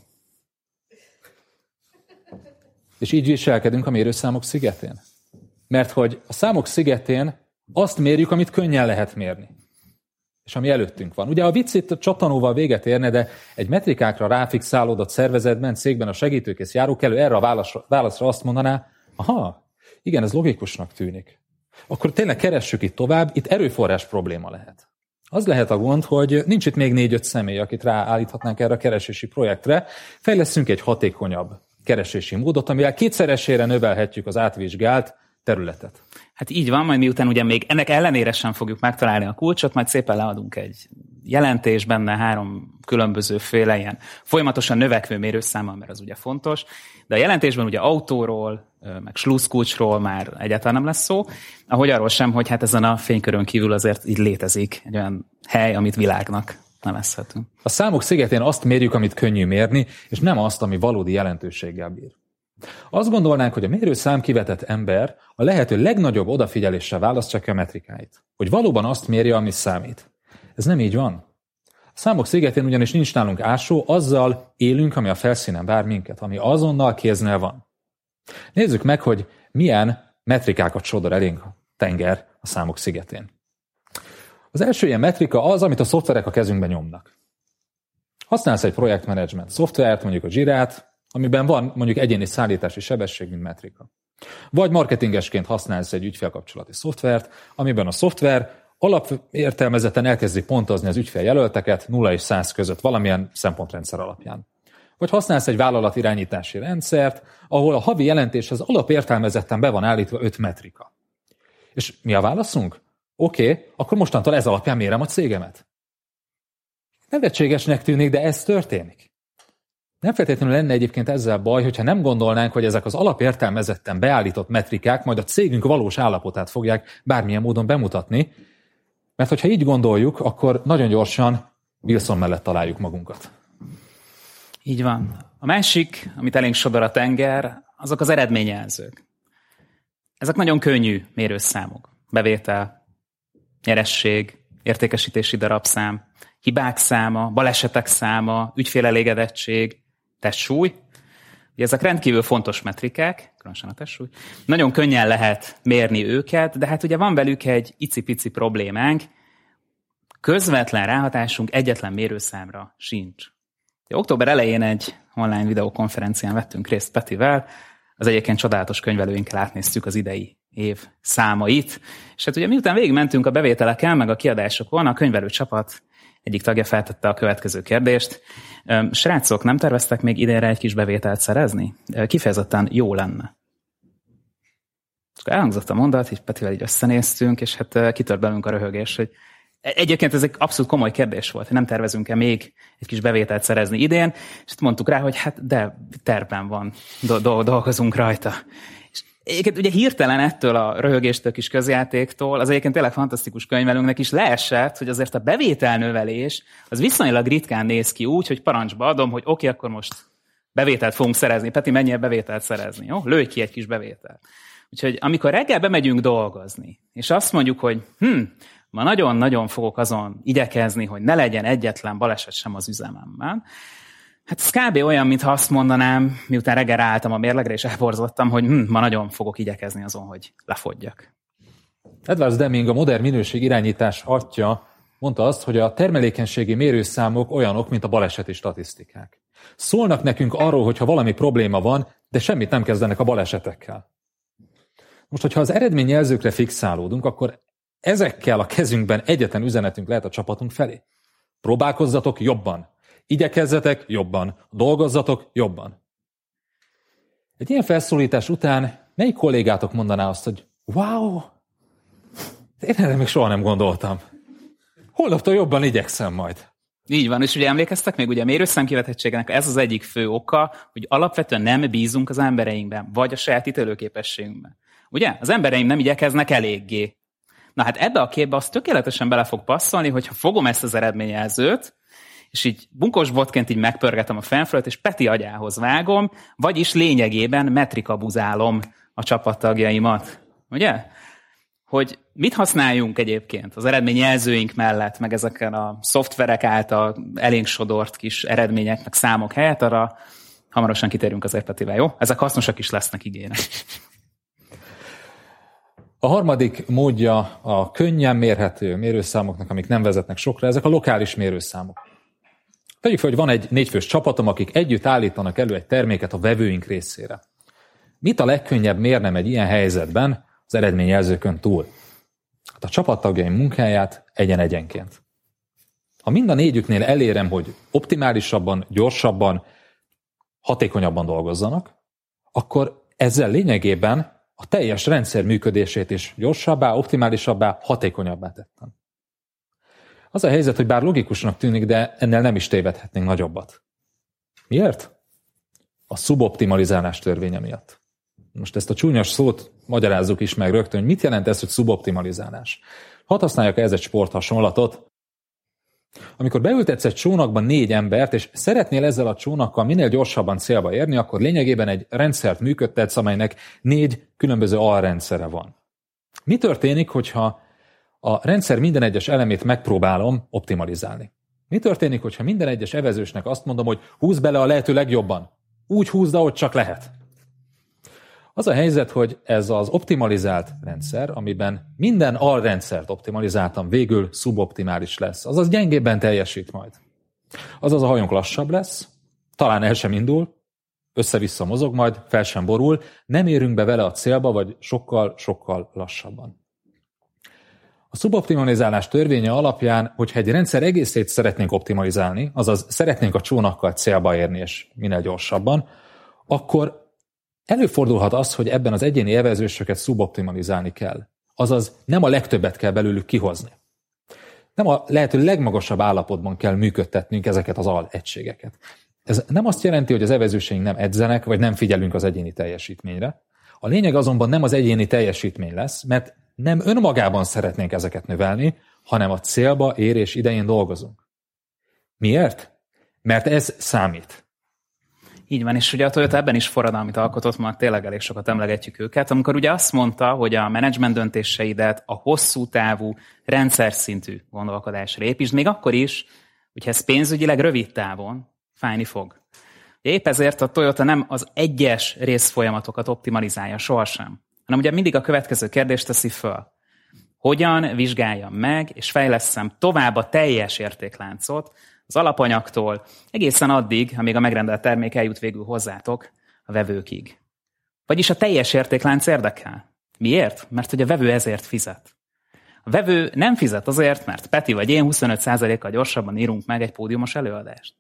[SPEAKER 1] És így viselkedünk a mérőszámok szigetén? Mert hogy a számok szigetén azt mérjük, amit könnyen lehet mérni. és ami előttünk van. Ugye a vicc itt a csattanóval véget érne, de egy metrikákra ráfixálódott szervezetben, cégben a segítőkész járókelő erre a válaszra, válaszra azt mondaná, aha, igen, ez logikusnak tűnik. Akkor tényleg keressük itt tovább, itt erőforrás probléma lehet. Az lehet a gond, hogy nincs itt még négy-öt személy, akit ráállíthatnánk erre a keresési projektre. Fejleszünk egy hatékonyabb keresési módot, amivel kétszeresére növelhetjük az átvizsgált területet.
[SPEAKER 2] Hát így van, majd miután ugye még ennek ellenére sem fogjuk megtalálni a kulcsot, majd szépen leadunk egy jelentés benne három különböző féle ilyen folyamatosan növekvő mérőszámmal, mert az ugye fontos, de a jelentésben ugye autóról, meg slusszkulcsról már egyáltalán nem lesz szó, ahogy arról sem, hogy hát ezen a fénykörön kívül azért így létezik egy olyan hely, amit világnak nevezhetünk.
[SPEAKER 1] A számok szigetén azt mérjük, amit könnyű mérni, és nem azt, ami valódi jelentőséggel bír. Azt gondolnánk, hogy a mérőszám kivetett ember a lehető legnagyobb odafigyeléssel választja ki a metrikáit, hogy valóban azt mérje, ami számít. Ez nem így van. A számok szigetén ugyanis nincs nálunk ásó, azzal élünk, ami a felszínen vár minket, ami azonnal kéznél van. Nézzük meg, hogy milyen metrikákat sodor elénk a tenger a számok szigetén. Az első ilyen metrika az, amit a szoftverek a kezünkben nyomnak. Használsz egy projektmenedzsment szoftvert, mondjuk a Jirát, amiben van mondjuk egyéni szállítási sebesség, mint metrika. Vagy marketingesként használsz egy ügyfélkapcsolati szoftvert, amiben a szoftver alapértelmezetten elkezdi pontozni az ügyféljelölteket nulla és száz között valamilyen szempontrendszer alapján. Vagy használsz egy vállalatirányítási rendszert, ahol a havi jelentéshez alapértelmezetten be van állítva öt metrika. És mi a válaszunk? Oké, okay, akkor mostantól ez alapján mérem a cégemet. Nevetségesnek tűnik, de ez történik. Nem feltétlenül lenne egyébként ezzel baj, hogyha nem gondolnánk, hogy ezek az alapértelmezetten beállított metrikák majd a cégünk valós állapotát fogják bármilyen módon bemutatni, mert hogyha így gondoljuk, akkor nagyon gyorsan Wilson mellett találjuk magunkat.
[SPEAKER 2] Így van. A másik, amit elénk sodor a tenger, azok az eredményjelzők. Ezek nagyon könnyű mérőszámok. Bevétel, nyeresség, értékesítési darabszám, hibák száma, balesetek száma, ügyfélelégedettség, testsúly. Ugye ezek rendkívül fontos metrikák, különösen a testsúly. Nagyon könnyen lehet mérni őket, de hát ugye van velük egy icipici problémánk, közvetlen ráhatásunk egyetlen mérőszámra sincs. Ugye, október elején egy online videokonferencián vettünk részt Petivel, az egyébként csodálatos könyvelőinkkel átnéztük az idei év számait, és hát ugye miután végigmentünk a bevételeken, meg a kiadásokon, a könyvelő csapat egyik tagja feltette a következő kérdést. Srácok, nem terveztek még idénre egy kis bevételt szerezni? Kifejezetten jó lenne. Elhangzott a mondat, így Petivel így összenéztünk, és hát kitört belünk a röhögés, hogy egyébként ez egy abszolút komoly kérdés volt, hogy nem tervezünk-e még egy kis bevételt szerezni idén, és mondtuk rá, hogy hát de tervben van, do- do- dolgozunk rajta. És egyébként ugye hirtelen ettől a röhögéstől kis közjátéktól, az egyébként tényleg fantasztikus könyvelőnknek is leesett, hogy azért a bevételnövelés az viszonylag ritkán néz ki úgy, hogy parancsba adom, hogy oké, okay, akkor most bevételt fogunk szerezni. Peti, mennyire bevételt szerezni, jó? Lőj ki egy kis bevételt. Úgyhogy amikor reggel bemegyünk dolgozni, és azt mondjuk, hogy hm, ma nagyon-nagyon fogok azon igyekezni, hogy ne legyen egyetlen baleset sem az üzememben. Hát ez kb. Olyan, mintha azt mondanám, miután reggel álltam a mérlegre, és elborzottam, hogy hm, ma nagyon fogok igyekezni azon, hogy lefogyjak.
[SPEAKER 1] Edwards Deming, a modern minőség irányítás atya mondta azt, hogy a termelékenységi mérőszámok olyanok, mint a baleseti statisztikák. Szólnak nekünk arról, hogyha valami probléma van, de semmit nem kezdenek a balesetekkel. Most, hogyha az eredményjelzőkre fixálódunk, akkor ezekkel a kezünkben egyetlen üzenetünk lehet a csapatunk felé. Próbálkozzatok jobban. Igyekezzetek jobban. Dolgozzatok jobban. Egy ilyen felszólítás után melyik kollégátok mondaná azt, hogy wow, én erre még soha nem gondoltam. Holnaptól jobban igyekszem majd.
[SPEAKER 2] Így van, és ugye emlékeztek még, ugye a mérőszámkivetettségnek ez az egyik fő oka, hogy alapvetően nem bízunk az embereinkben, vagy a saját ítélőképességünkben. Ugye? Az embereim nem igyekeznek eléggé. Na hát ebbe a képbe az tökéletesen bele fog passzolni, hogyha fogom ezt az eredményjelzőt, és így bunkos botként így megpörgetem a fenfölött, és Peti agyához vágom, vagyis lényegében metrikabuzálom a csapattagjaimat. Ugye? Hogy mit használjunk egyébként az eredményjelzőink mellett, meg ezeken a szoftverek által elénk sodort kis eredmények, meg számok helyett, arra hamarosan kitérünk azért Petivel, jó? Ezek hasznosak is lesznek, ígérem.
[SPEAKER 1] A harmadik módja a könnyen mérhető mérőszámoknak, amik nem vezetnek sokra, ezek a lokális mérőszámok. Tegyük fel, hogy van egy négyfős csapatom, akik együtt állítanak elő egy terméket a vevőink részére. Mit a legkönnyebb mérnem egy ilyen helyzetben az eredményjelzőkön túl? Hát a csapattagjaim munkáját egyen-egyenként. Ha mind a négyüknél elérem, hogy optimálisabban, gyorsabban, hatékonyabban dolgozzanak, akkor ezzel lényegében a teljes rendszer működését is gyorsabbá, optimálisabbá, hatékonyabbá tettem. Az a helyzet, hogy bár logikusnak tűnik, de ennél nem is tévedhetnénk nagyobbat. Miért? A szuboptimalizálás törvénye miatt. Most ezt a csúnyos szót magyarázzuk is meg rögtön, hogy mit jelent ez, hogy szuboptimalizálás. Hadd használjak ehhez egy sporthasonlatot. Amikor beültetsz egy csónakba négy embert, és szeretnél ezzel a csónakkal minél gyorsabban célba érni, akkor lényegében egy rendszert működtetsz, amelynek négy különböző alrendszere van. Mi történik, hogyha a rendszer minden egyes elemét megpróbálom optimalizálni? Mi történik, hogyha minden egyes evezősnek azt mondom, hogy húzz bele a lehető legjobban? Úgy húzd, ahogy csak lehet. Az a helyzet, hogy ez az optimalizált rendszer, amiben minden alrendszert optimalizáltam, végül szuboptimális lesz. Azaz gyengébben teljesít majd. Azaz a hajónk lassabb lesz, talán el sem indul, össze-vissza mozog majd, fel sem borul, nem érünk be vele a célba, vagy sokkal-sokkal lassabban. A szuboptimalizálás törvénye alapján, hogyha egy rendszer egészét szeretnénk optimalizálni, azaz szeretnénk a csónakkal célba érni, és minél gyorsabban, akkor előfordulhat az, hogy ebben az egyéni evezősöket szuboptimalizálni kell. Azaz nem a legtöbbet kell belőlük kihozni. Nem a lehető legmagasabb állapotban kell működtetnünk ezeket az alegységeket. Ez nem azt jelenti, hogy az evezőseink nem edzenek, vagy nem figyelünk az egyéni teljesítményre. A lényeg azonban nem az egyéni teljesítmény lesz, mert nem önmagában szeretnénk ezeket növelni, hanem a célba érés idején dolgozunk. Miért? Mert ez számít.
[SPEAKER 2] Így van, és ugye a Toyota ebben is forradalmit alkotott, már tényleg elég sokat emlegetjük őket, amikor ugye azt mondta, hogy a menedzsment döntéseidet a hosszú távú, rendszer szintű gondolkodásra építsd, még akkor is, hogyha ez pénzügyileg rövid távon fájni fog. Épp ezért a Toyota nem az egyes részfolyamatokat optimalizálja sohasem, hanem ugye mindig a következő kérdést teszi föl. Hogyan vizsgáljam meg és fejlesszem tovább a teljes értékláncot, az alapanyagtól egészen addig, amíg a megrendelt termék eljut végül hozzátok a vevőkig. Vagyis a teljes értéklánc érdekel. Miért? Mert hogy a vevő ezért fizet. A vevő nem fizet azért, mert Peti vagy én huszonöt százalékkal gyorsabban írunk meg egy pódiumos előadást.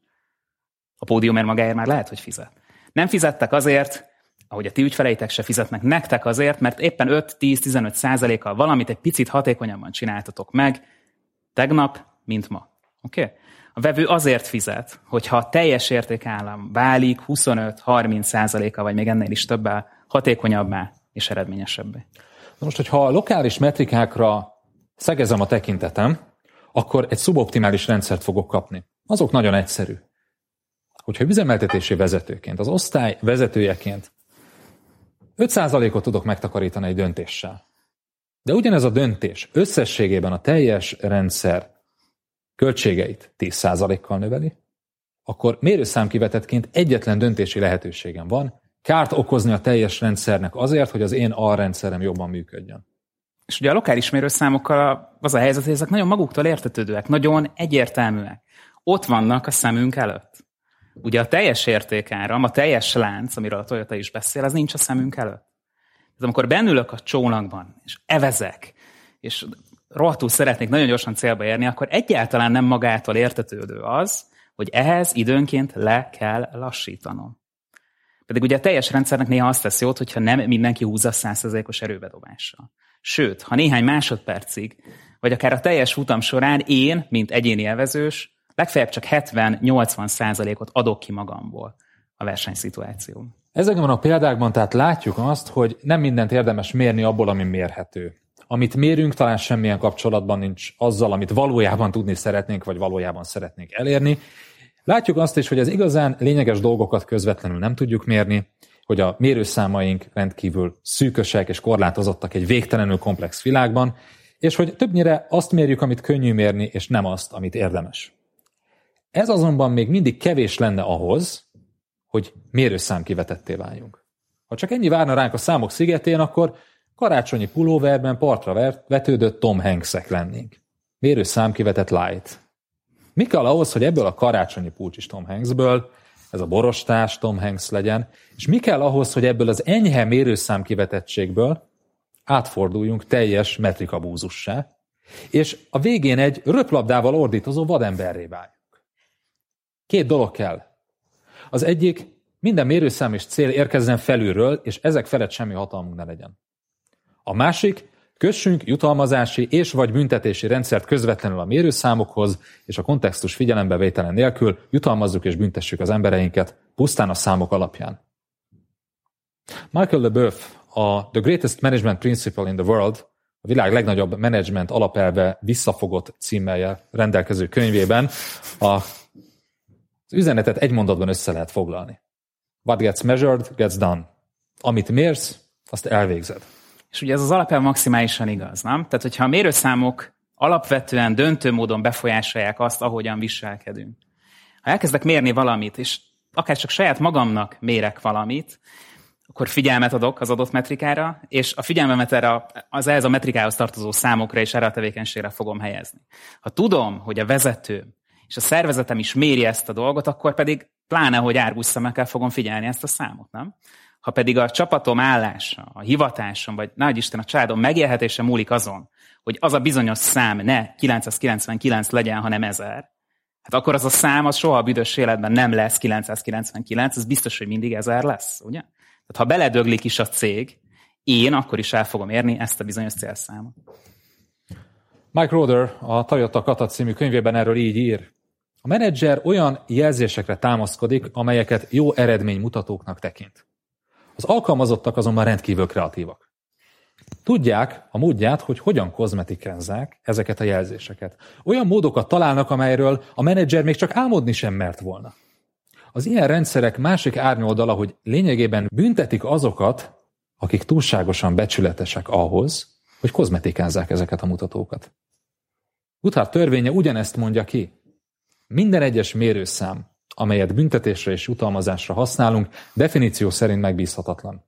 [SPEAKER 2] A pódiumért magáért már lehet, hogy fizet. Nem fizettek azért, ahogy a ti ügyfeleitek se fizetnek nektek azért, mert éppen öt-tíz-tizenöt százalékkal valamit egy picit hatékonyabban csináltatok meg tegnap, mint ma. Oké? Okay? A vevő azért fizet, hogyha a teljes értékállam válik huszonöt-harminc százaléka, vagy még ennél is többel hatékonyabbá és eredményesebbé.
[SPEAKER 1] Na most, hogyha a lokális metrikákra szegezem a tekintetem, akkor egy szuboptimális rendszert fogok kapni. Azok nagyon egyszerű. Hogyha üzemeltetési vezetőként, az osztály vezetőjeként öt százalékot tudok megtakarítani egy döntéssel, de ugyanez a döntés összességében a teljes rendszer költségeit tíz százalékkal növeli, akkor mérőszámkivetetként egyetlen döntési lehetőségem van, kárt okozni a teljes rendszernek azért, hogy az én alrendszerem jobban működjön.
[SPEAKER 2] És ugye a lokális mérőszámokkal az a helyzet, hogy ezek nagyon maguktól értetődőek, nagyon egyértelműek. Ott vannak a szemünk előtt. Ugye a teljes értékáram, a teljes lánc, amiről a Toyota is beszél, az nincs a szemünk előtt. Ez amikor bennülök a csónakban, és evezek, és rohadtul szeretnék nagyon gyorsan célba érni, akkor egyáltalán nem magától értetődő az, hogy ehhez időnként le kell lassítanom. Pedig ugye a teljes rendszernek néha azt teszi jót, hogyha nem mindenki húzza száz százalékos erőbedobással. Sőt, ha néhány másodpercig, vagy akár a teljes futam során én, mint egyéni evezős, legfeljebb csak hetven-nyolcvan százalékot adok ki magamból a versenyszituációban.
[SPEAKER 1] Ezekben a példákban tehát látjuk azt, hogy nem mindent érdemes mérni abból, ami mérhető. Amit mérünk, talán semmilyen kapcsolatban nincs azzal, amit valójában tudni szeretnénk, vagy valójában szeretnénk elérni. Látjuk azt is, hogy az igazán lényeges dolgokat közvetlenül nem tudjuk mérni, hogy a mérőszámaink rendkívül szűkösek és korlátozottak egy végtelenül komplex világban, és hogy többnyire azt mérjük, amit könnyű mérni, és nem azt, amit érdemes. Ez azonban még mindig kevés lenne ahhoz, hogy mérőszámkivetetté váljunk. Ha csak ennyi várna ránk a számok szigetén, akkor karácsonyi pulóverben partra vetődött Tom Hanksek lennénk. Mérőszám kivetett light. Mi kell ahhoz, hogy ebből a karácsonyi pulcsis Tom Hanksből ez a borostás Tom Hanks legyen, és mi kell ahhoz, hogy ebből az enyhe mérőszám kivetettségből átforduljunk teljes metrikabúzussá, és a végén egy röplabdával ordítozó vademberré váljunk. Két dolog kell. Az egyik, minden mérőszám és cél érkezzen felülről, és ezek felett semmi hatalmunk ne legyen. A másik, kössünk jutalmazási és vagy büntetési rendszert közvetlenül a mérőszámokhoz, és a kontextus figyelembevételen nélkül jutalmazzuk és büntessük az embereinket pusztán a számok alapján. Michael LeBeouf a The Greatest Management Principle in the World, a világ legnagyobb menedzsment alapelve visszafogott címmel rendelkező könyvében a, az üzenetet egy mondatban össze lehet foglalni. What gets measured, gets done. Amit mérsz, azt elvégzed.
[SPEAKER 2] És ugye ez az alapelv maximálisan igaz, nem? Tehát, hogyha a mérőszámok alapvetően döntő módon befolyásolják azt, ahogyan viselkedünk. Ha elkezdek mérni valamit, és akár csak saját magamnak mérek valamit, akkor figyelmet adok az adott metrikára, és a figyelmemet erre az ehhez a metrikához tartozó számokra és erre a tevékenységre fogom helyezni. Ha tudom, hogy a vezetőm és a szervezetem is méri ezt a dolgot, akkor pedig pláne, hogy árgus szemekkel fogom figyelni ezt a számot, nem? Ha pedig a csapatom állása, a hivatásom, vagy nagy Isten a családom megélhetése múlik azon, hogy az a bizonyos szám ne kilencszázkilencvenkilenc legyen, hanem ezer, hát akkor az a szám az soha a büdös életben nem lesz kilencszázkilencvenkilenc, ez biztos, hogy mindig ezer lesz, ugye? Tehát ha beledöglik is a cég, én akkor is el fogom érni ezt a bizonyos célszámot.
[SPEAKER 1] Mike Roder a Toyota Kata című könyvében erről így ír. A menedzser olyan jelzésekre támaszkodik, amelyeket jó eredménymutatóknak tekint. Az alkalmazottak azonban rendkívül kreatívak. Tudják a módját, hogy hogyan kozmetikázzák ezeket a jelzéseket. Olyan módokat találnak, amelyről a menedzser még csak álmodni sem mert volna. Az ilyen rendszerek másik árnyoldala, hogy lényegében büntetik azokat, akik túlságosan becsületesek ahhoz, hogy kozmetikázzák ezeket a mutatókat. Goodhart törvénye ugyanezt mondja ki. Minden egyes mérőszám, amelyet büntetésre és jutalmazásra használunk, definíció szerint megbízhatatlan.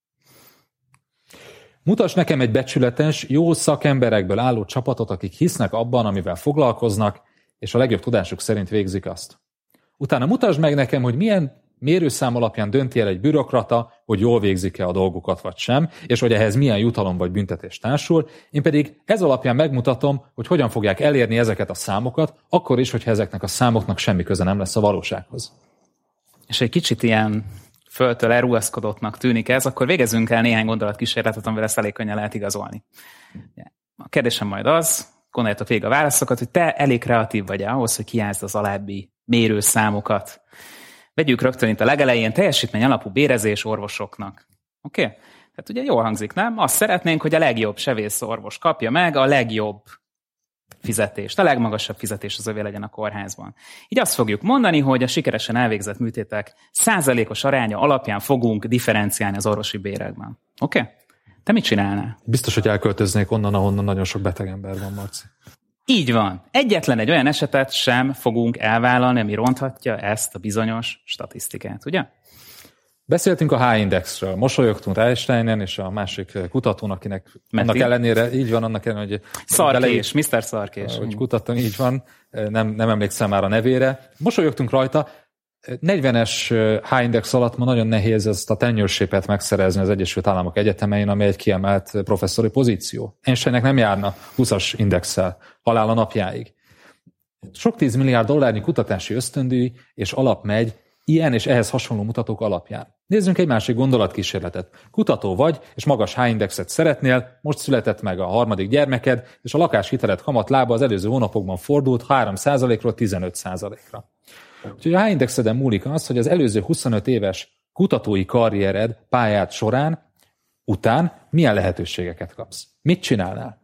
[SPEAKER 1] Mutass nekem egy becsületes, jó szakemberekből álló csapatot, akik hisznek abban, amivel foglalkoznak, és a legjobb tudásuk szerint végzik azt. Utána mutasd meg nekem, hogy milyen mérőszám alapján dönti el egy bürokrata, hogy jól végzik-e a dolgokat vagy sem, és hogy ehhez milyen jutalom vagy büntetés társul. Én pedig ez alapján megmutatom, hogy hogyan fogják elérni ezeket a számokat, akkor is, hogyha ezeknek a számoknak semmi köze nem lesz a valósághoz.
[SPEAKER 2] És egy kicsit ilyen földtől elrugaszkodottnak tűnik ez, akkor végezzünk el néhány gondolatkísérletet, amivel ezt elég könnyen lehet igazolni. A kérdésem majd az, gondoljatok végig a válaszokat, hogy te elég kreatív vagy ahhoz, hogy kijelzd az alábbi mérőszámokat. Vegyük rögtön itt a legelején teljesítmény alapú bérezés orvosoknak. Oké? Okay? Tehát ugye jól hangzik, nem? Azt szeretnénk, hogy a legjobb sebész orvos kapja meg a legjobb fizetést, a legmagasabb fizetés az övé legyen a kórházban. Így azt fogjuk mondani, hogy a sikeresen elvégzett műtétek százalékos aránya alapján fogunk differenciálni az orvosi bérekben. Oké? Okay? Te mit csinálnál?
[SPEAKER 1] Biztos, hogy elköltöznék onnan, ahonnan nagyon sok beteg ember van, Marci.
[SPEAKER 2] Így van. Egyetlen egy olyan esetet sem fogunk elvállalni, ami ronthatja ezt a bizonyos statisztikát, ugye?
[SPEAKER 1] Beszéltünk a H-indexről, mosolyogtunk Einsteinen és a másik kutatónak, akinek Meti. Annak ellenére, így van, annak ellenére, hogy...
[SPEAKER 2] Szarkés, miszter Szarkés.
[SPEAKER 1] Hogy kutattam, így van, nem, nem emlékszem már a nevére. Mosolyogtunk rajta. negyvenes H-index alatt ma nagyon nehéz ezt a tenure-shipet megszerezni az Egyesült Államok egyetemein, ami egy kiemelt professzori pozíció. Einsteinnek nem járna húszas indexsel halála napjáig. Sok tíz milliárd dollárnyi kutatási ösztöndíj és alap megy ilyen és ehhez hasonló mutatók alapján. Nézzünk egy másik gondolatkísérletet. Kutató vagy, és magas H-indexet szeretnél, most született meg a harmadik gyermeked, és a lakáshiteled kamatlába az előző hónapokban fordult három százalékról tizenöt százalékra. Úgyhogy a H-indexeden múlik az, hogy az előző huszonöt éves kutatói karriered pályát során, után milyen lehetőségeket kapsz. Mit csinálnál?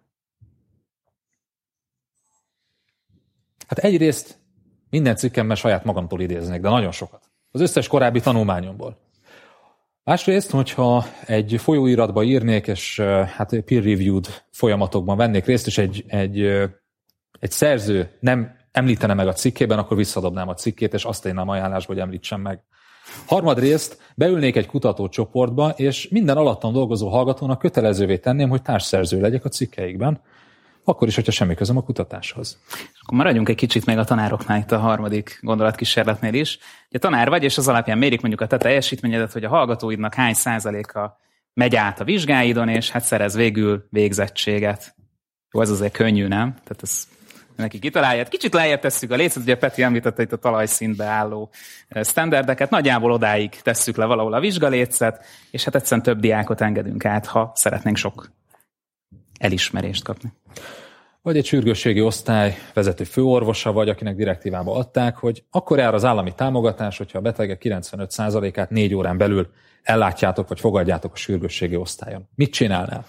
[SPEAKER 1] Hát egyrészt minden cikkemben saját magamtól idéznék, de nagyon sokat. Az összes korábbi tanulmányomból. Másrészt, hogyha egy folyóiratba írnék, és hát peer-reviewed folyamatokban vennék részt, és egy, egy, egy szerző nem említene meg a cikkében, akkor visszadobnám a cikkét, és azt tenném ajánlásba, hogy említsem meg. Harmadrészt beülnék egy kutatócsoportba, és minden alattam dolgozó hallgatónak kötelezővé tenném, hogy társszerző legyek a cikkeikben, akkor is, hogyha semmi közöm a kutatáshoz.
[SPEAKER 2] Akkor maradjunk egy kicsit még a tanároknál itt a harmadik gondolatkísérletnél is. Ugye tanár vagy, és az alapján mérik mondjuk a te teljesítményedet, hogy a hallgatóidnak hány százaléka megy át a vizsgáidon, és hát szerez végül végzettséget. Jó, ez azért könnyű, nem? Tehát ez neki kitalálja. Kicsit lejjebb tesszük a lécet, ugye Peti említette itt a talajszintbe álló sztenderdeket, nagyjából odáig tesszük le valahol a vizsgalécet, és hát egyszerűen több diákot engedünk át, ha szeretnénk sok elismerést kapni.
[SPEAKER 1] Vagy egy sürgősségi osztály vezető főorvosa vagy, akinek direktívába adták, hogy akkor jár az állami támogatás, hogyha a betegek kilencvenöt százalékát négy órán belül ellátjátok, vagy fogadjátok a sürgősségi osztályon. Mit csinálnál?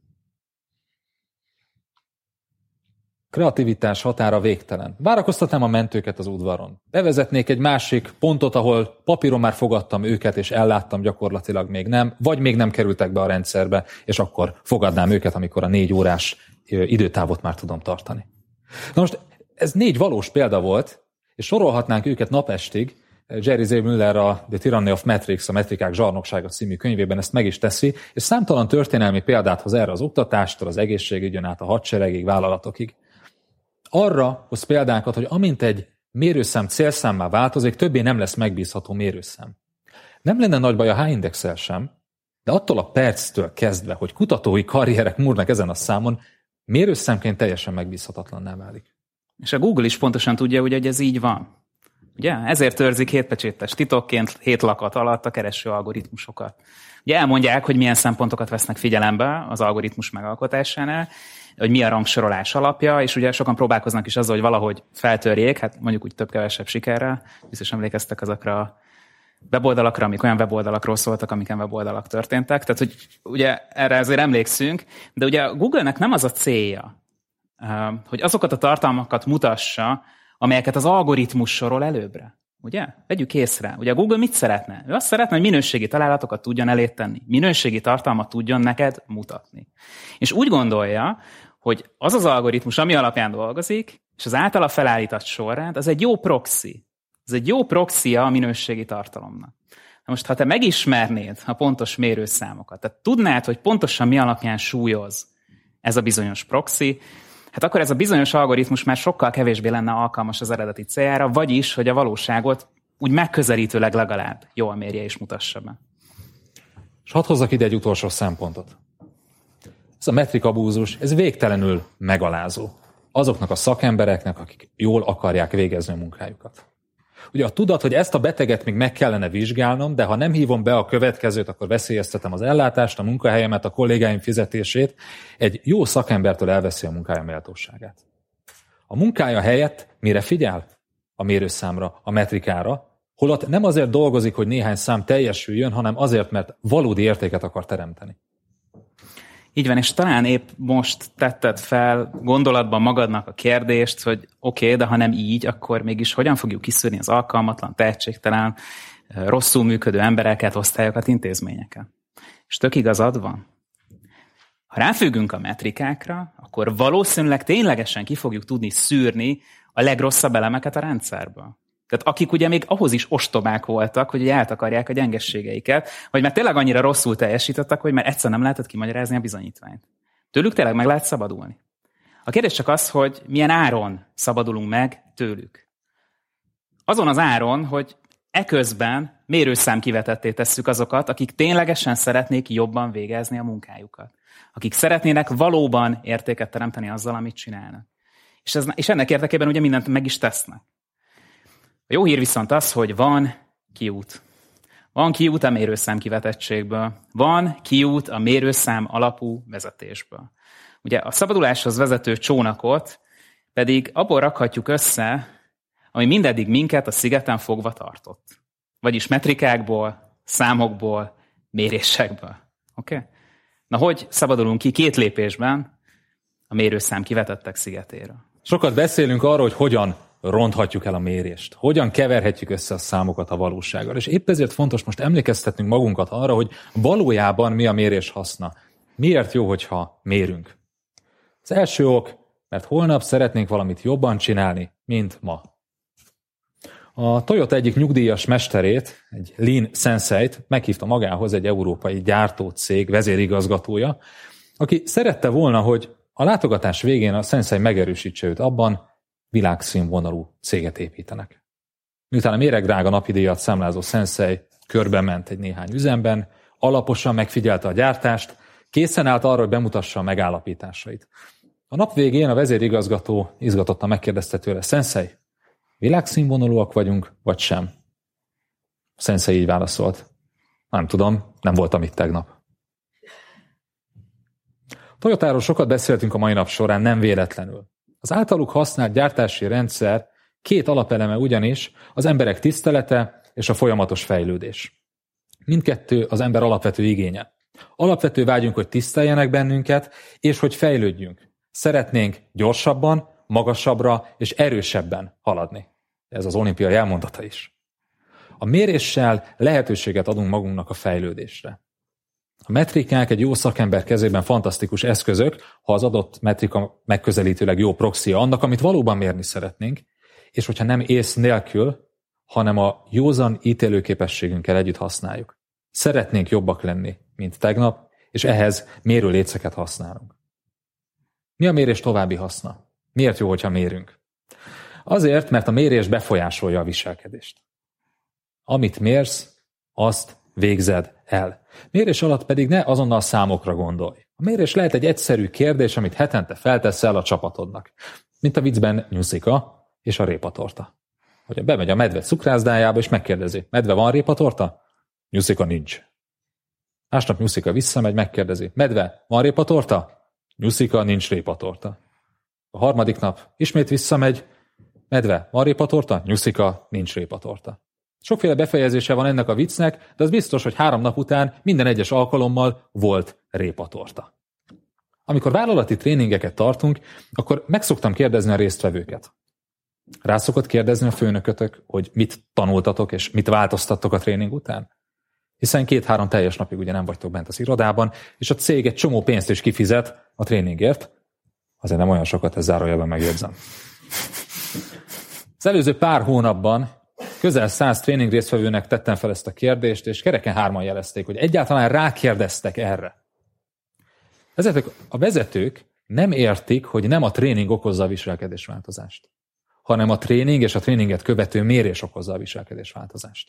[SPEAKER 1] Kreativitás határa végtelen. Várakoztatnám a mentőket az udvaron. Bevezetnék egy másik pontot, ahol papíron már fogadtam őket, és elláttam, gyakorlatilag még nem, vagy még nem kerültek be a rendszerbe, és akkor fogadnám őket, amikor a négy órás időtávot már tudom tartani. Na most ez négy valós példa volt, és sorolhatnánk őket napestig. Jerry Z. Müller a The Tyranny of Metrics, a metrikák zsarnoksága című könyvében ezt meg is teszi, és számtalan történelmi példát hoz erre az oktatástól, az egészségügyön át a hadseregig, vállalatokig. Arra hoz példákat, hogy amint egy mérőszám célszámmá változik, többé nem lesz megbízható mérőszám. Nem lenne nagy baj a H-indexel sem, de attól a perctől kezdve, hogy kutatói karrierek múlnak ezen a számon, mérőszámként teljesen megbízhatatlanná válik.
[SPEAKER 2] És a Google is pontosan tudja, hogy ez így van. Ugye? Ezért őrzik hétpecsétes titokként hét lakat alatt a kereső algoritmusokat. Ugye elmondják, hogy milyen szempontokat vesznek figyelembe az algoritmus megalkotásánál, hogy mi a rangsorolás alapja, és ugye sokan próbálkoznak is azzal, hogy valahogy feltörjék, hát mondjuk úgy több-kevesebb sikerrel. Biztos emlékeztek azokra a weboldalakra, amik olyan weboldalakról szóltak, amiken weboldalak történtek. Tehát, hogy ugye erre azért emlékszünk, de ugye a Google-nek nem az a célja, hogy azokat a tartalmakat mutassa, amelyeket az algoritmus sorol előbbre. Ugye? Vegyük észre. Ugye a Google mit szeretne? Ő azt szeretne, hogy minőségi találatokat tudjon elé tenni. Minőségi tartalmat tudjon neked mutatni. És úgy gondolja, hogy az az algoritmus, ami alapján dolgozik, és az általa felállított sorrend, az egy jó proxy. Ez egy jó proxy a minőségi tartalomnak. Na most, ha te megismernéd a pontos mérőszámokat, tehát tudnád, hogy pontosan mi alapján súlyoz ez a bizonyos proxy, hát akkor ez a bizonyos algoritmus már sokkal kevésbé lenne alkalmas az eredeti céljára, vagyis, hogy a valóságot úgy megközelítőleg legalább jól mérje és mutassa be.
[SPEAKER 1] És hadd hozzak ide egy utolsó szempontot. Ez a metrikabúzus, ez végtelenül megalázó azoknak a szakembereknek, akik jól akarják végezni a munkájukat. Ugye a tudat, hogy ezt a beteget még meg kellene vizsgálnom, de ha nem hívom be a következőt, akkor veszélyeztetem az ellátást, a munkahelyemet, a kollégáim fizetését, egy jó szakembertől elveszi a munkája méltóságát. A munkája helyett mire figyel? A mérőszámra, a metrikára, holott nem azért dolgozik, hogy néhány szám teljesüljön, hanem azért, mert valódi értéket akar teremteni.
[SPEAKER 2] Így van, és talán épp most tetted fel gondolatban magadnak a kérdést, hogy oké, okay, de ha nem így, akkor mégis hogyan fogjuk kiszűrni az alkalmatlan, tehetségtelen, rosszul működő embereket, osztályokat, intézményeket. És tök igazad van. Ha ráfüggünk a metrikákra, akkor valószínűleg ténylegesen ki fogjuk tudni szűrni a legrosszabb elemeket a rendszerből. Tehát akik ugye még ahhoz is ostobák voltak, hogy eltakarják a gyengességeiket, vagy már tényleg annyira rosszul teljesítettek, hogy már egyszer nem lehetett kimagyarázni a bizonyítványt. Tőlük tényleg meg lehet szabadulni. A kérdés csak az, hogy milyen áron szabadulunk meg tőlük. Azon az áron, hogy eközben mérőszám kivetetté tesszük azokat, akik ténylegesen szeretnék jobban végezni a munkájukat. Akik szeretnének valóban értéket teremteni azzal, amit csinálnak. És, ez, és ennek érdekében ugye mindent meg is tesznek. A jó hír viszont az, hogy van kiút. Van kiút a mérőszám kivetettségből. Van kiút a mérőszám alapú vezetésből. Ugye a szabaduláshoz vezető csónakot pedig abból rakhatjuk össze, ami mindeddig minket a szigeten fogva tartott. Vagyis metrikákból, számokból, mérésekből. Oké? Okay? Na, hogy szabadulunk ki két lépésben a mérőszám kivetettek szigetéről?
[SPEAKER 1] Sokat beszélünk arról, hogy hogyan ronthatjuk el a mérést. Hogyan keverhetjük össze a számokat a valósággal. És épp ezért fontos most emlékeztetnünk magunkat arra, hogy valójában mi a mérés haszna. Miért jó, hogyha mérünk? Az első ok, mert holnap szeretnénk valamit jobban csinálni, mint ma. A Toyota egyik nyugdíjas mesterét, egy Lean Senseit meghívta magához egy európai gyártócég vezérigazgatója, aki szerette volna, hogy a látogatás végén a Sensei megerősítse őt abban, világszínvonalú céget építenek. Miután a méregdrága napidíjat számlázó Sensei körbe ment egy néhány üzemben, alaposan megfigyelte a gyártást, készen állt arra, hogy bemutassa a megállapításait. A nap végén a vezérigazgató izgatottan megkérdezte tőle: Sensei, világszínvonalúak vagyunk, vagy sem? A Sensei így válaszolt: nem tudom, nem voltam itt tegnap. A Toyotáról sokat beszéltünk a mai nap során, nem véletlenül. Az általuk használt gyártási rendszer két alapeleme ugyanis az emberek tisztelete és a folyamatos fejlődés. Mindkettő az ember alapvető igénye. Alapvető vágyunk, hogy tiszteljenek bennünket, és hogy fejlődjünk. Szeretnénk gyorsabban, magasabbra és erősebben haladni. Ez az olimpiai elmondata is. A méréssel lehetőséget adunk magunknak a fejlődésre. A metrikák egy jó szakember kezében fantasztikus eszközök, ha az adott metrika megközelítőleg jó proxia annak, amit valóban mérni szeretnénk, és hogyha nem ész nélkül, hanem a józan ítélőképességünkkel együtt használjuk. Szeretnénk jobbak lenni, mint tegnap, és ehhez mérőléceket használunk. Mi a mérés további haszna? Miért jó, hogyha mérünk? Azért, mert a mérés befolyásolja a viselkedést. Amit mérsz, azt végzed el. Mérés alatt pedig ne azonnal számokra gondolj. A mérés lehet egy egyszerű kérdés, amit hetente felteszel a csapatodnak. Mint a viccben Nyuszika és a répatorta. Hogy bemegy a medve cukrászdájába, és megkérdezi: medve, van répatorta? Nyuszika, nincs. Másnap Nyuszika visszamegy, megkérdezi: medve, van répatorta? Nyuszika, nincs répatorta. A harmadik nap ismét visszamegy: medve, van répatorta? Nyuszika, nincs répatorta. Sokféle befejezése van ennek a viccnek, de az biztos, hogy három nap után minden egyes alkalommal volt répatorta. Amikor vállalati tréningeket tartunk, akkor meg szoktam kérdezni a résztvevőket. Rá szokott kérdezni a főnökötök, hogy mit tanultatok és mit változtattok a tréning után? Hiszen két-három teljes napig ugye nem vagytok bent az irodában, és a cég egy csomó pénzt is kifizet a tréningért. Azért nem olyan sokat, ez zárójelben megjegyzem. Az előző pár hónapban közel száz tréning résztvevőnek tettem fel ezt a kérdést, és kereken hárman jelezték, hogy egyáltalán rákérdeztek erre. Ezek a vezetők nem értik, hogy nem a tréning okozza a viselkedésváltozást, hanem a tréning és a tréninget követő mérés okozza a viselkedésváltozást.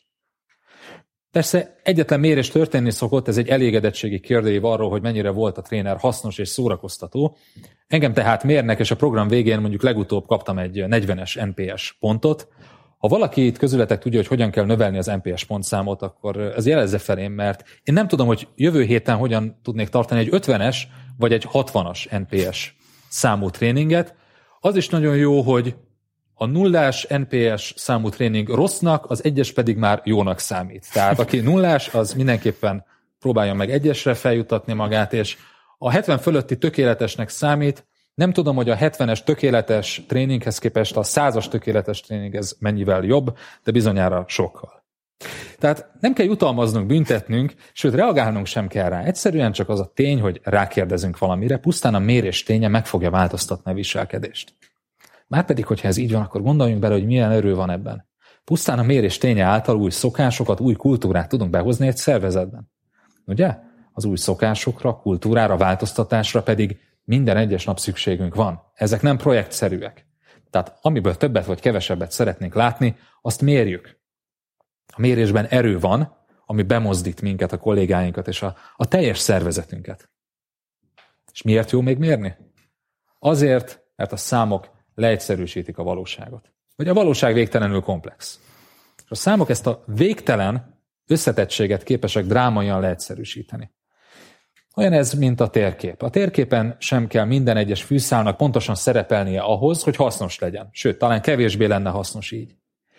[SPEAKER 1] Persze egyetlen mérés történni szokott, ez egy elégedettségi kérdőív arról, hogy mennyire volt a tréner hasznos és szórakoztató. Engem tehát mérnek, és a program végén mondjuk legutóbb kaptam egy negyvenes en pé es pontot. Ha valaki itt közületek tudja, hogy hogyan kell növelni az en pé es pontszámot, akkor ez jelezze felém, mert én nem tudom, hogy jövő héten hogyan tudnék tartani egy ötvenes vagy egy hatvanas en pé es számú tréninget. Az is nagyon jó, hogy a nullás en pé es számú tréning rossznak, az egyes pedig már jónak számít. Tehát aki nullás, az mindenképpen próbálja meg egyesre feljutatni magát, és a hetven fölötti tökéletesnek számít. Nem tudom, hogy a hetvenes tökéletes tréninghez képest a százas tökéletes tréning ez mennyivel jobb, de bizonyára sokkal. Tehát nem kell jutalmaznunk, büntetnünk, sőt reagálnunk sem kell rá. Egyszerűen csak az a tény, hogy rákérdezünk valamire, pusztán a mérés ténye meg fogja változtatni a viselkedést. Márpedig, hogyha ez így van, akkor gondoljunk bele, hogy milyen erő van ebben. Pusztán a mérés ténye által új szokásokat, új kultúrát tudunk behozni egy szervezetben. Ugye? Az új szokásokra, kultúrára, változtatásra pedig minden egyes nap szükségünk van. Ezek nem projektszerűek. Tehát amiből többet vagy kevesebbet szeretnénk látni, azt mérjük. A mérésben erő van, ami bemozdít minket, a kollégáinkat és a, a teljes szervezetünket. És miért jó még mérni? Azért, mert a számok leegyszerűsítik a valóságot. Vagy a valóság végtelenül komplex. És a számok ezt a végtelen összetettséget képesek drámaian leegyszerűsíteni. Olyan ez, mint a térkép. A térképen sem kell minden egyes fűszálnak pontosan szerepelnie ahhoz, hogy hasznos legyen. Sőt, talán kevésbé lenne hasznos így.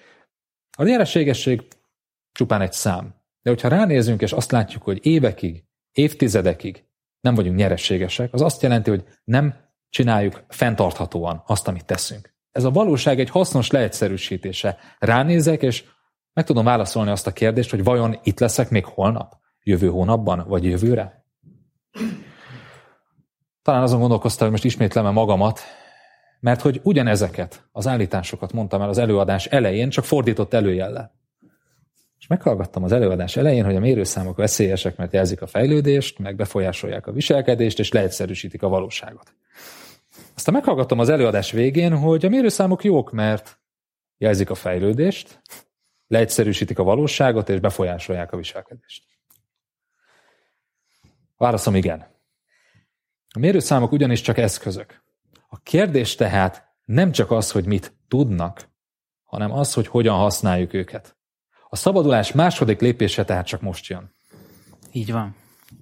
[SPEAKER 1] A nyereségesség csupán egy szám. De hogyha ránézünk, és azt látjuk, hogy évekig, évtizedekig nem vagyunk nyereségesek, az azt jelenti, hogy nem csináljuk fenntarthatóan azt, amit teszünk. Ez a valóság egy hasznos leegyszerűsítése. Ránézek, és meg tudom válaszolni azt a kérdést, hogy vajon itt leszek még holnap, jövő hónapban, vagy jövőre? Talán azon gondolkoztam, hogy most ismétlem magamat, mert hogy ugyanezeket az állításokat mondtam el az előadás elején, csak fordított előjellel. És meghallgattam az előadás elején, hogy a mérőszámok veszélyesek, mert jelzik a fejlődést, meg befolyásolják a viselkedést, és leegyszerűsítik a valóságot. Aztán meghallgattam az előadás végén, hogy a mérőszámok jók, mert jelzik a fejlődést, leegyszerűsítik a valóságot, és befolyásolják a viselkedést. Válaszom igen. A mérőszámok ugyanis csak eszközök. A kérdés tehát nem csak az, hogy mit tudnak, hanem az, hogy hogyan használjuk őket. A szabadulás második lépése tehát csak most jön.
[SPEAKER 2] Így van.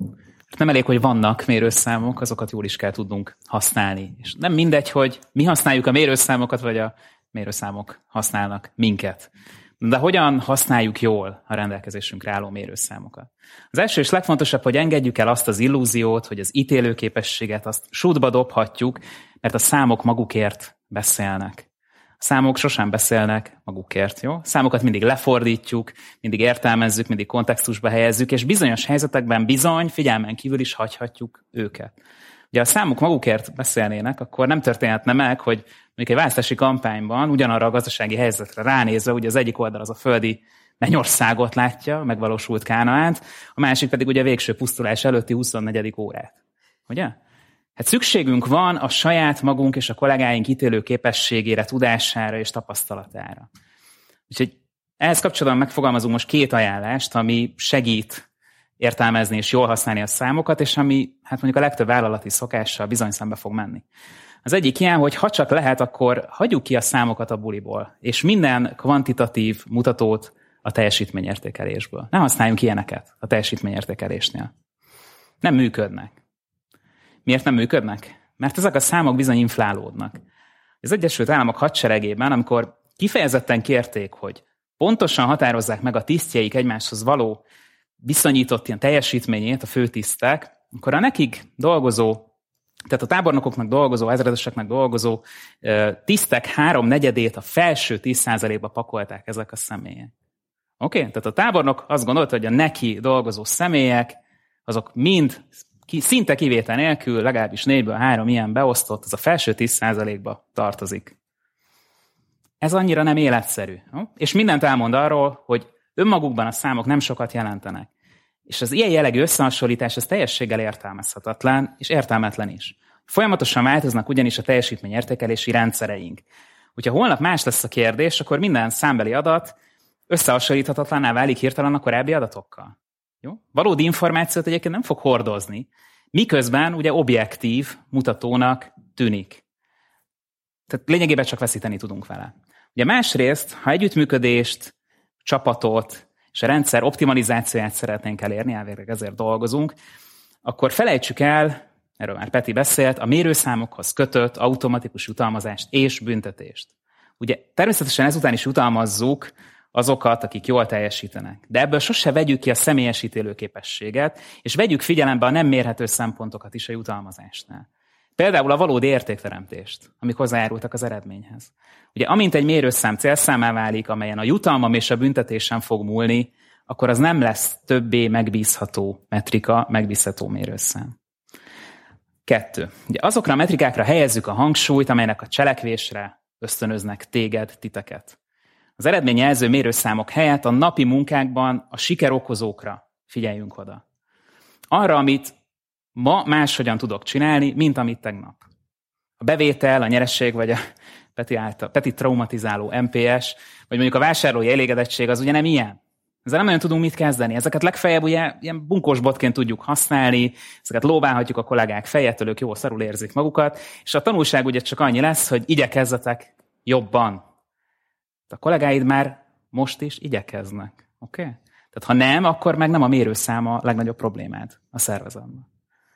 [SPEAKER 2] Nem elég, hogy vannak mérőszámok, azokat jól is kell tudnunk használni. És nem mindegy, hogy mi használjuk a mérőszámokat, vagy a mérőszámok használnak minket. De hogyan használjuk jól a rendelkezésünkre álló mérőszámokat? Az első és legfontosabb, hogy engedjük el azt az illúziót, hogy az ítélőképességet azt sútba dobhatjuk, mert a számok magukért beszélnek. A számok sosem beszélnek magukért, jó? A számokat mindig lefordítjuk, mindig értelmezzük, mindig kontextusba helyezzük, és bizonyos helyzetekben bizony figyelmen kívül is hagyhatjuk őket. Ugye a számok magukért beszélnének, akkor nem történhetne meg, hogy mondjuk egy választási kampányban ugyanarra a gazdasági helyzetre ránézve, ugye az egyik oldal az a földi mennyországot látja, megvalósult Kánaánt, a másik pedig ugye a végső pusztulás előtti huszonnegyedik órát. Ugye? Hát szükségünk van a saját magunk és a kollégáink ítélő képességére, tudására és tapasztalatára. Úgyhogy ehhez kapcsolatban megfogalmazunk most két ajánlást, ami segít értelmezni és jól használni a számokat, és ami hát mondjuk a legtöbb vállalati szokással bizony szembe fog menni. Az egyik ilyen, hogy ha csak lehet, akkor hagyjuk ki a számokat a buliból, és minden kvantitatív mutatót a teljesítményértékelésből. Ne használjunk ilyeneket a teljesítményértékelésnél. Nem működnek. Miért nem működnek? Mert ezek a számok bizony inflálódnak. Az Egyesült Államok hadseregében, amikor kifejezetten kérték, hogy pontosan határozzák meg a tisztjeik egymáshoz való viszonyított ilyen teljesítményét, a főtisztek, akkor a nekik dolgozó, tehát a tábornokoknak dolgozó, ezredeseknek dolgozó tisztek háromnegyedét a felső tíz százalékba pakolták ezek a személyek. Oké? Okay? Tehát a tábornok azt gondolta, hogy a neki dolgozó személyek, azok mind szinte kivétel nélkül, legalábbis négyből három ilyen beosztott, az a felső tíz százalékba tartozik. Ez annyira nem életszerű. És mindent elmond arról, hogy önmagukban a számok nem sokat jelentenek. És az ilyen jellegű összehasonlítás, ez teljességgel értelmezhetetlen, és értelmetlen is. Folyamatosan változnak ugyanis a teljesítményértékelési rendszereink. Hogyha holnap más lesz a kérdés, akkor minden számbeli adat összehasonlíthatatlanná válik hirtelen a korábbi adatokkal. Jó? Valódi információt egyébként nem fog hordozni, miközben ugye objektív mutatónak tűnik. Tehát lényegében csak veszíteni tudunk vele. Ugye másrészt, ha együttműködést, csapatot és a rendszer optimalizációját szeretnénk elérni, elvégleg ezért dolgozunk, akkor felejtsük el, erről már Peti beszélt, a mérőszámokhoz kötött automatikus jutalmazást és büntetést. Ugye természetesen ezután is jutalmazzuk azokat, akik jól teljesítenek. De ebből sose vegyük ki a személyes ítélőképességet, és vegyük figyelembe a nem mérhető szempontokat is a jutalmazásnál. Például a valódi értékteremtést, amik hozzájárultak az eredményhez. Ugye amint egy mérőszám célszámmá válik, amelyen a jutalmam és a büntetés fog múlni, akkor az nem lesz többé megbízható metrika, megbízható mérőszám. Kettő. Ugye azokra a metrikákra helyezzük a hangsúlyt, amelynek a cselekvésre ösztönöznek téged, titeket. Az eredményjelző mérőszámok helyett a napi munkákban a sikerokozókra figyeljünk oda. Arra, amit ma máshogyan tudok csinálni, mint amit tegnap. A bevétel, a nyereség, vagy a Peti, által, Peti traumatizáló em pé es, vagy mondjuk a vásárlói elégedettség, az ugye nem ilyen. Ezzel nem nagyon tudunk mit kezdeni. Ezeket legfeljebb ugye ilyen bunkós botként tudjuk használni, ezeket lóbálhatjuk a kollégák fejétől, ők jól szarul érzik magukat, és a tanulság ugye csak annyi lesz, hogy igyekezzetek jobban. A kollégáid már most is igyekeznek. Oké? Okay? Tehát ha nem, akkor meg nem a mérőszám a legnagyobb problémád a szervezetben.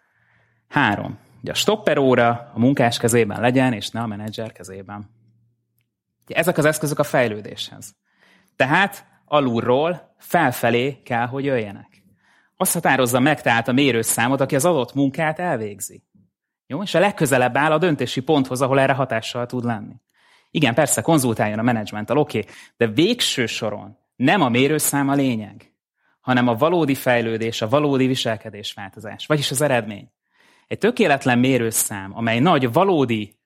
[SPEAKER 2] Három. Ugye a stopperóra a munkás kezében legyen, és ne a menedzser kezében. Ugye ezek az eszközök a fejlődéshez. Tehát alulról felfelé kell, hogy jöjjenek. Azt határozza meg tehát a mérőszámot, aki az adott munkát elvégzi. Jó? És a legközelebb áll a döntési ponthoz, ahol erre hatással tud lenni. Igen, persze, konzultáljon a menedzsmenttel, oké, okay, de végső soron nem a mérőszám a lényeg, hanem a valódi fejlődés, a valódi viselkedésváltozás, vagyis az eredmény. Egy tökéletlen mérőszám, amely nagy valódi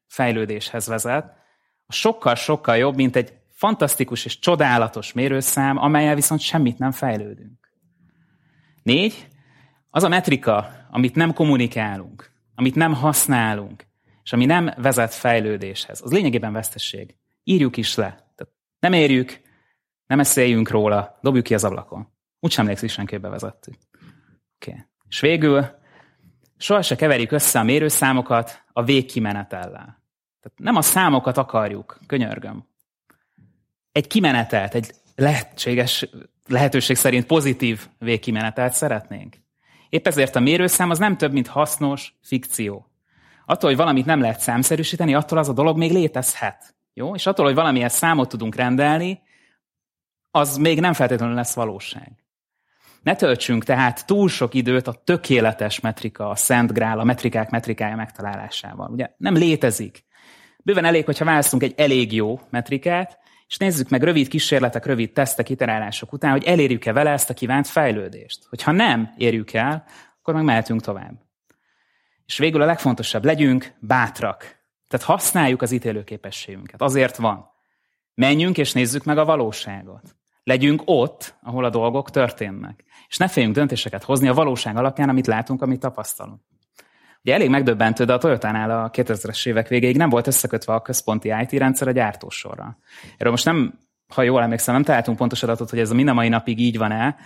[SPEAKER 2] fejlődéshez vezet, sokkal-sokkal jobb, mint egy fantasztikus és csodálatos mérőszám, amellyel viszont semmit nem fejlődünk. Négy, az a metrika, amit nem kommunikálunk, amit nem használunk, és ami nem vezet fejlődéshez, az lényegében vesztesség. Írjuk is le. Tehát nem érjük, nem eszéljünk róla, dobjuk ki az ablakon. Úgy sem emlékszik, senki bevezettük. Oké. Okay. És végül soha se keverjük össze a mérőszámokat a végkimenetellel. Tehát nem a számokat akarjuk, könyörgöm. Egy kimenetelt, egy lehetséges, lehetőség szerint pozitív végkimenetelt szeretnénk. Épp ezért a mérőszám az nem több, mint hasznos fikció. Attól, hogy valamit nem lehet számszerűsíteni, attól az a dolog még létezhet. Jó? És attól, hogy valamilyen számot tudunk rendelni, az még nem feltétlenül lesz valóság. Ne töltsünk tehát túl sok időt a tökéletes metrika, a szent grál, a metrikák metrikája megtalálásával. Ugye nem létezik. Bőven elég, hogyha választunk egy elég jó metrikát, és nézzük meg rövid kísérletek, rövid tesztek, iterálások után, hogy elérjük-e vele ezt a kívánt fejlődést. Hogyha nem érjük el, akkor meg mehetünk tovább. És végül a legfontosabb, legyünk bátrak. Tehát használjuk az ítélőképességünket. Azért van. Menjünk és nézzük meg a valóságot. Legyünk ott, ahol a dolgok történnek. És ne féljünk döntéseket hozni a valóság alapján, amit látunk, amit tapasztalunk. Ugye elég megdöbbentő, de a Toyotánál a kétezres évek végéig nem volt összekötve a központi í té rendszer a gyártósorral. Erről most nem, ha jól emlékszem, nem találtunk pontos adatot, hogy ez a mind a mai napig így van-e,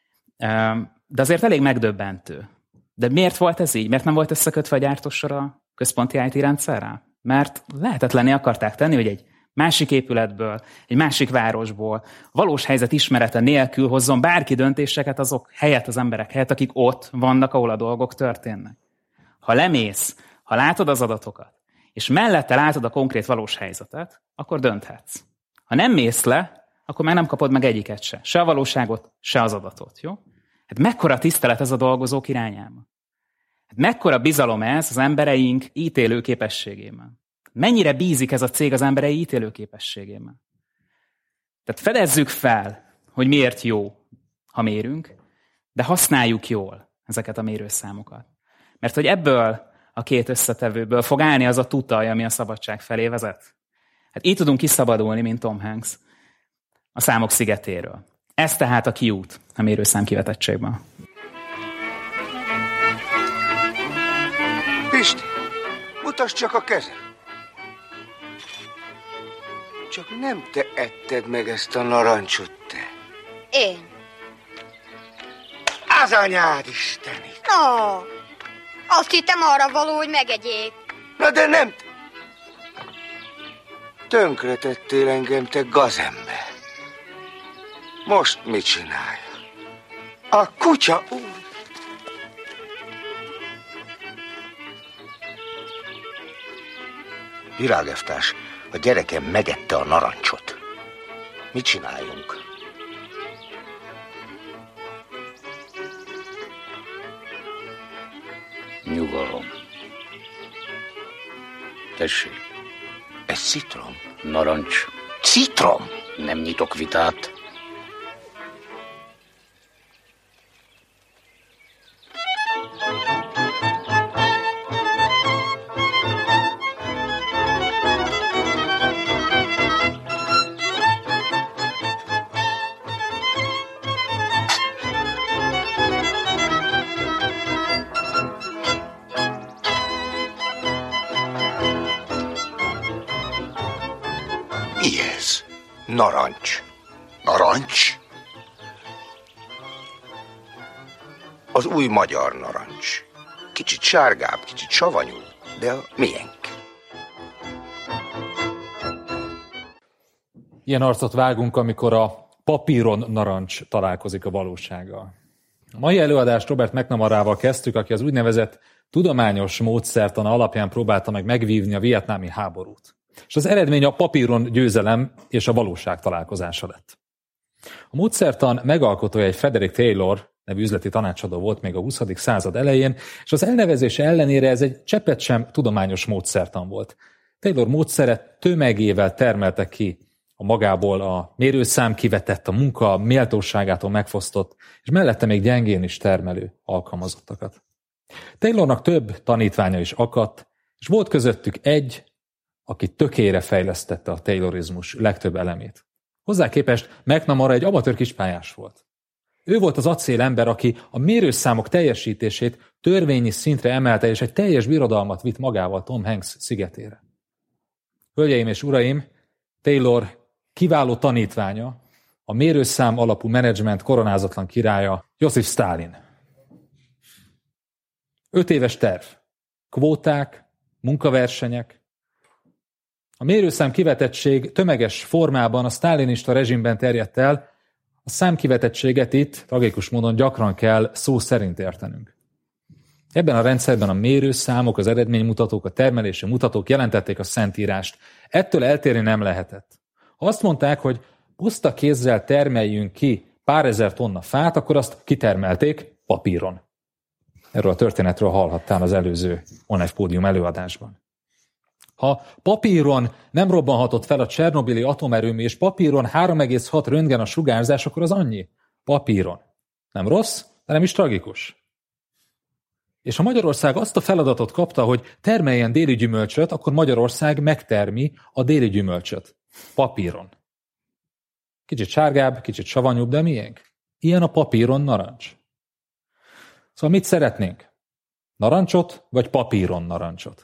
[SPEAKER 2] de azért elég megdöbbentő. De miért volt ez így? Miért nem volt összekötve a gyártósor a központi í té rendszerrel? Mert lehetetlenné akarták tenni, hogy egy másik épületből, egy másik városból, valós helyzet ismerete nélkül hozzon bárki döntéseket azok helyett, az emberek helyett, akik ott vannak, ahol a dolgok történnek. Ha lemész, ha látod az adatokat, és mellette látod a konkrét valós helyzetet, akkor dönthetsz. Ha nem mész le, akkor már nem kapod meg egyiket se. Se a valóságot, se az adatot. Jó? Hát mekkora tisztelet ez a dolgozók irányába? Hát mekkora bizalom ez az embereink ítélő képességében? Mennyire bízik ez a cég az emberei ítélő képességében? Tehát fedezzük fel, hogy miért jó, ha mérünk, de használjuk jól ezeket a mérőszámokat. Mert hogy ebből a két összetevőből fog állni az a tutaj, ami a szabadság felé vezet. Hát így tudunk kiszabadulni, mint Tom Hanks a számok szigetéről. Ez tehát a kiút a mérőszám kivetettségben.
[SPEAKER 3] Pisti, mutasd csak a kezed. Csak nem te etted meg ezt a narancsot, te.
[SPEAKER 4] Én.
[SPEAKER 3] Az anyád isteni.
[SPEAKER 4] Ó, azt hittem arra való, hogy megegyék.
[SPEAKER 3] Na de nem. Tönkretettél engem, te gazember. Most mit csinálja? A kutya úr. Virágeftás, a gyerekem megette a narancsot. Mit csináljunk?
[SPEAKER 5] Nyugalom. Tessék.
[SPEAKER 3] Ez citrom.
[SPEAKER 5] Narancs.
[SPEAKER 3] Citrom?
[SPEAKER 5] Nem nyitok vitát.
[SPEAKER 3] Narancs. Narancs? Az új magyar narancs. Kicsit sárgább, kicsit savanyú, de a miénk.
[SPEAKER 1] Ilyen arcot vágunk, amikor a papíron narancs találkozik a valósággal. A mai előadást Robert McNamarával kezdtük, aki az úgynevezett tudományos módszertan alapján próbálta meg megvívni a vietnámi háborút. És az eredmény a papíron győzelem és a valóság találkozása lett. A módszertan megalkotója egy Frederick Taylor nevű üzleti tanácsadó volt még a huszadik század elején, és az elnevezése ellenére ez egy cseppet sem tudományos módszertan volt. Taylor módszere tömegével termelte ki a magából a mérőszám kivetett, a munka méltóságától megfosztott, és mellette még gyengén is termelő alkalmazottakat. Taylornak több tanítványa is akadt, és volt közöttük egy, aki tökére fejlesztette a taylorizmus legtöbb elemét. Hozzá képest McNamara egy amatőr kispályás volt. Ő volt az acélember, aki a mérőszámok teljesítését törvényi szintre emelte, és egy teljes birodalmat vitt magával Tom Hanks szigetére. Hölgyeim és uraim, Taylor kiváló tanítványa, a mérőszám alapú menedzsment koronázatlan királya, Josif Sztálin. Öt éves terv, kvóták, munkaversenyek. A mérőszám kivetettség tömeges formában a sztálinista rezsimben terjedt el, a számkivetettséget itt tragikus módon gyakran kell szó szerint értenünk. Ebben a rendszerben a mérőszámok, az eredménymutatók, a termelési mutatók jelentették a szentírást. Ettől eltérni nem lehetett. Ha azt mondták, hogy puszta kézzel termeljünk ki pár ezer tonna fát, akkor azt kitermelték papíron. Erről a történetről hallhattál az előző ONEF pódium előadásban. Ha papíron nem robbanhatott fel a csernobili atomerőmű, és papíron három egész hat röntgen a sugárzás, akkor az annyi. Papíron. Nem rossz, de nem is tragikus. És ha Magyarország azt a feladatot kapta, hogy termeljen déli gyümölcsöt, akkor Magyarország megtermi a déli gyümölcsöt. Papíron. Kicsit sárgább, kicsit savanyúbb, de miénk? Ilyen a papíron narancs. Szóval mit szeretnénk? Narancsot, vagy papíron narancsot?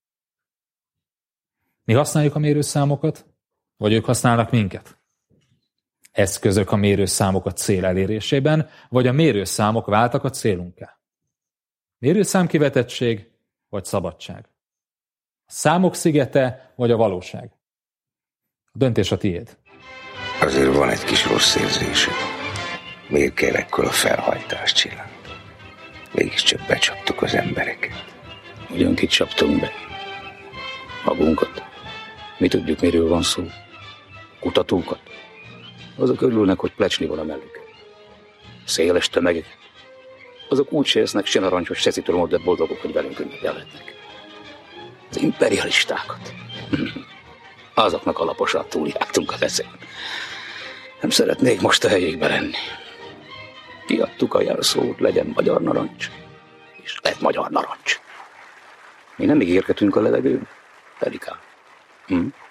[SPEAKER 1] Mi használjuk a mérőszámokat, vagy ők használnak minket? Eszközök a mérőszámokat cél elérésében, vagy a mérőszámok váltak a célunká? Mérőszámkivetettség, vagy szabadság? A számok szigete, vagy a valóság? A döntés a tiéd.
[SPEAKER 3] Azért van egy kis rossz érzésem. Miért kell ekkor a felhajtást csinálni? Mégiscsak becsaptuk az embereket.
[SPEAKER 5] Ugyan kit csaptunk be? Magunkat. Mi tudjuk, miről van szó. Kutatókat. Azok örülnek, hogy plecsni van a mellük. Széles tömegek. Azok úgy se esznek, se narancsos, se citromot, de boldogok, hogy velünk ünnepelhetnek. Az imperialistákat. Azoknak alaposan túljártunk a veszélyt. Nem szeretnék most a helyékbe lenni. Kiadtuk a jelszót, legyen magyar narancs, és lett magyar narancs. Mi nem ígérgetünk a levegőn, Erikám. Hm?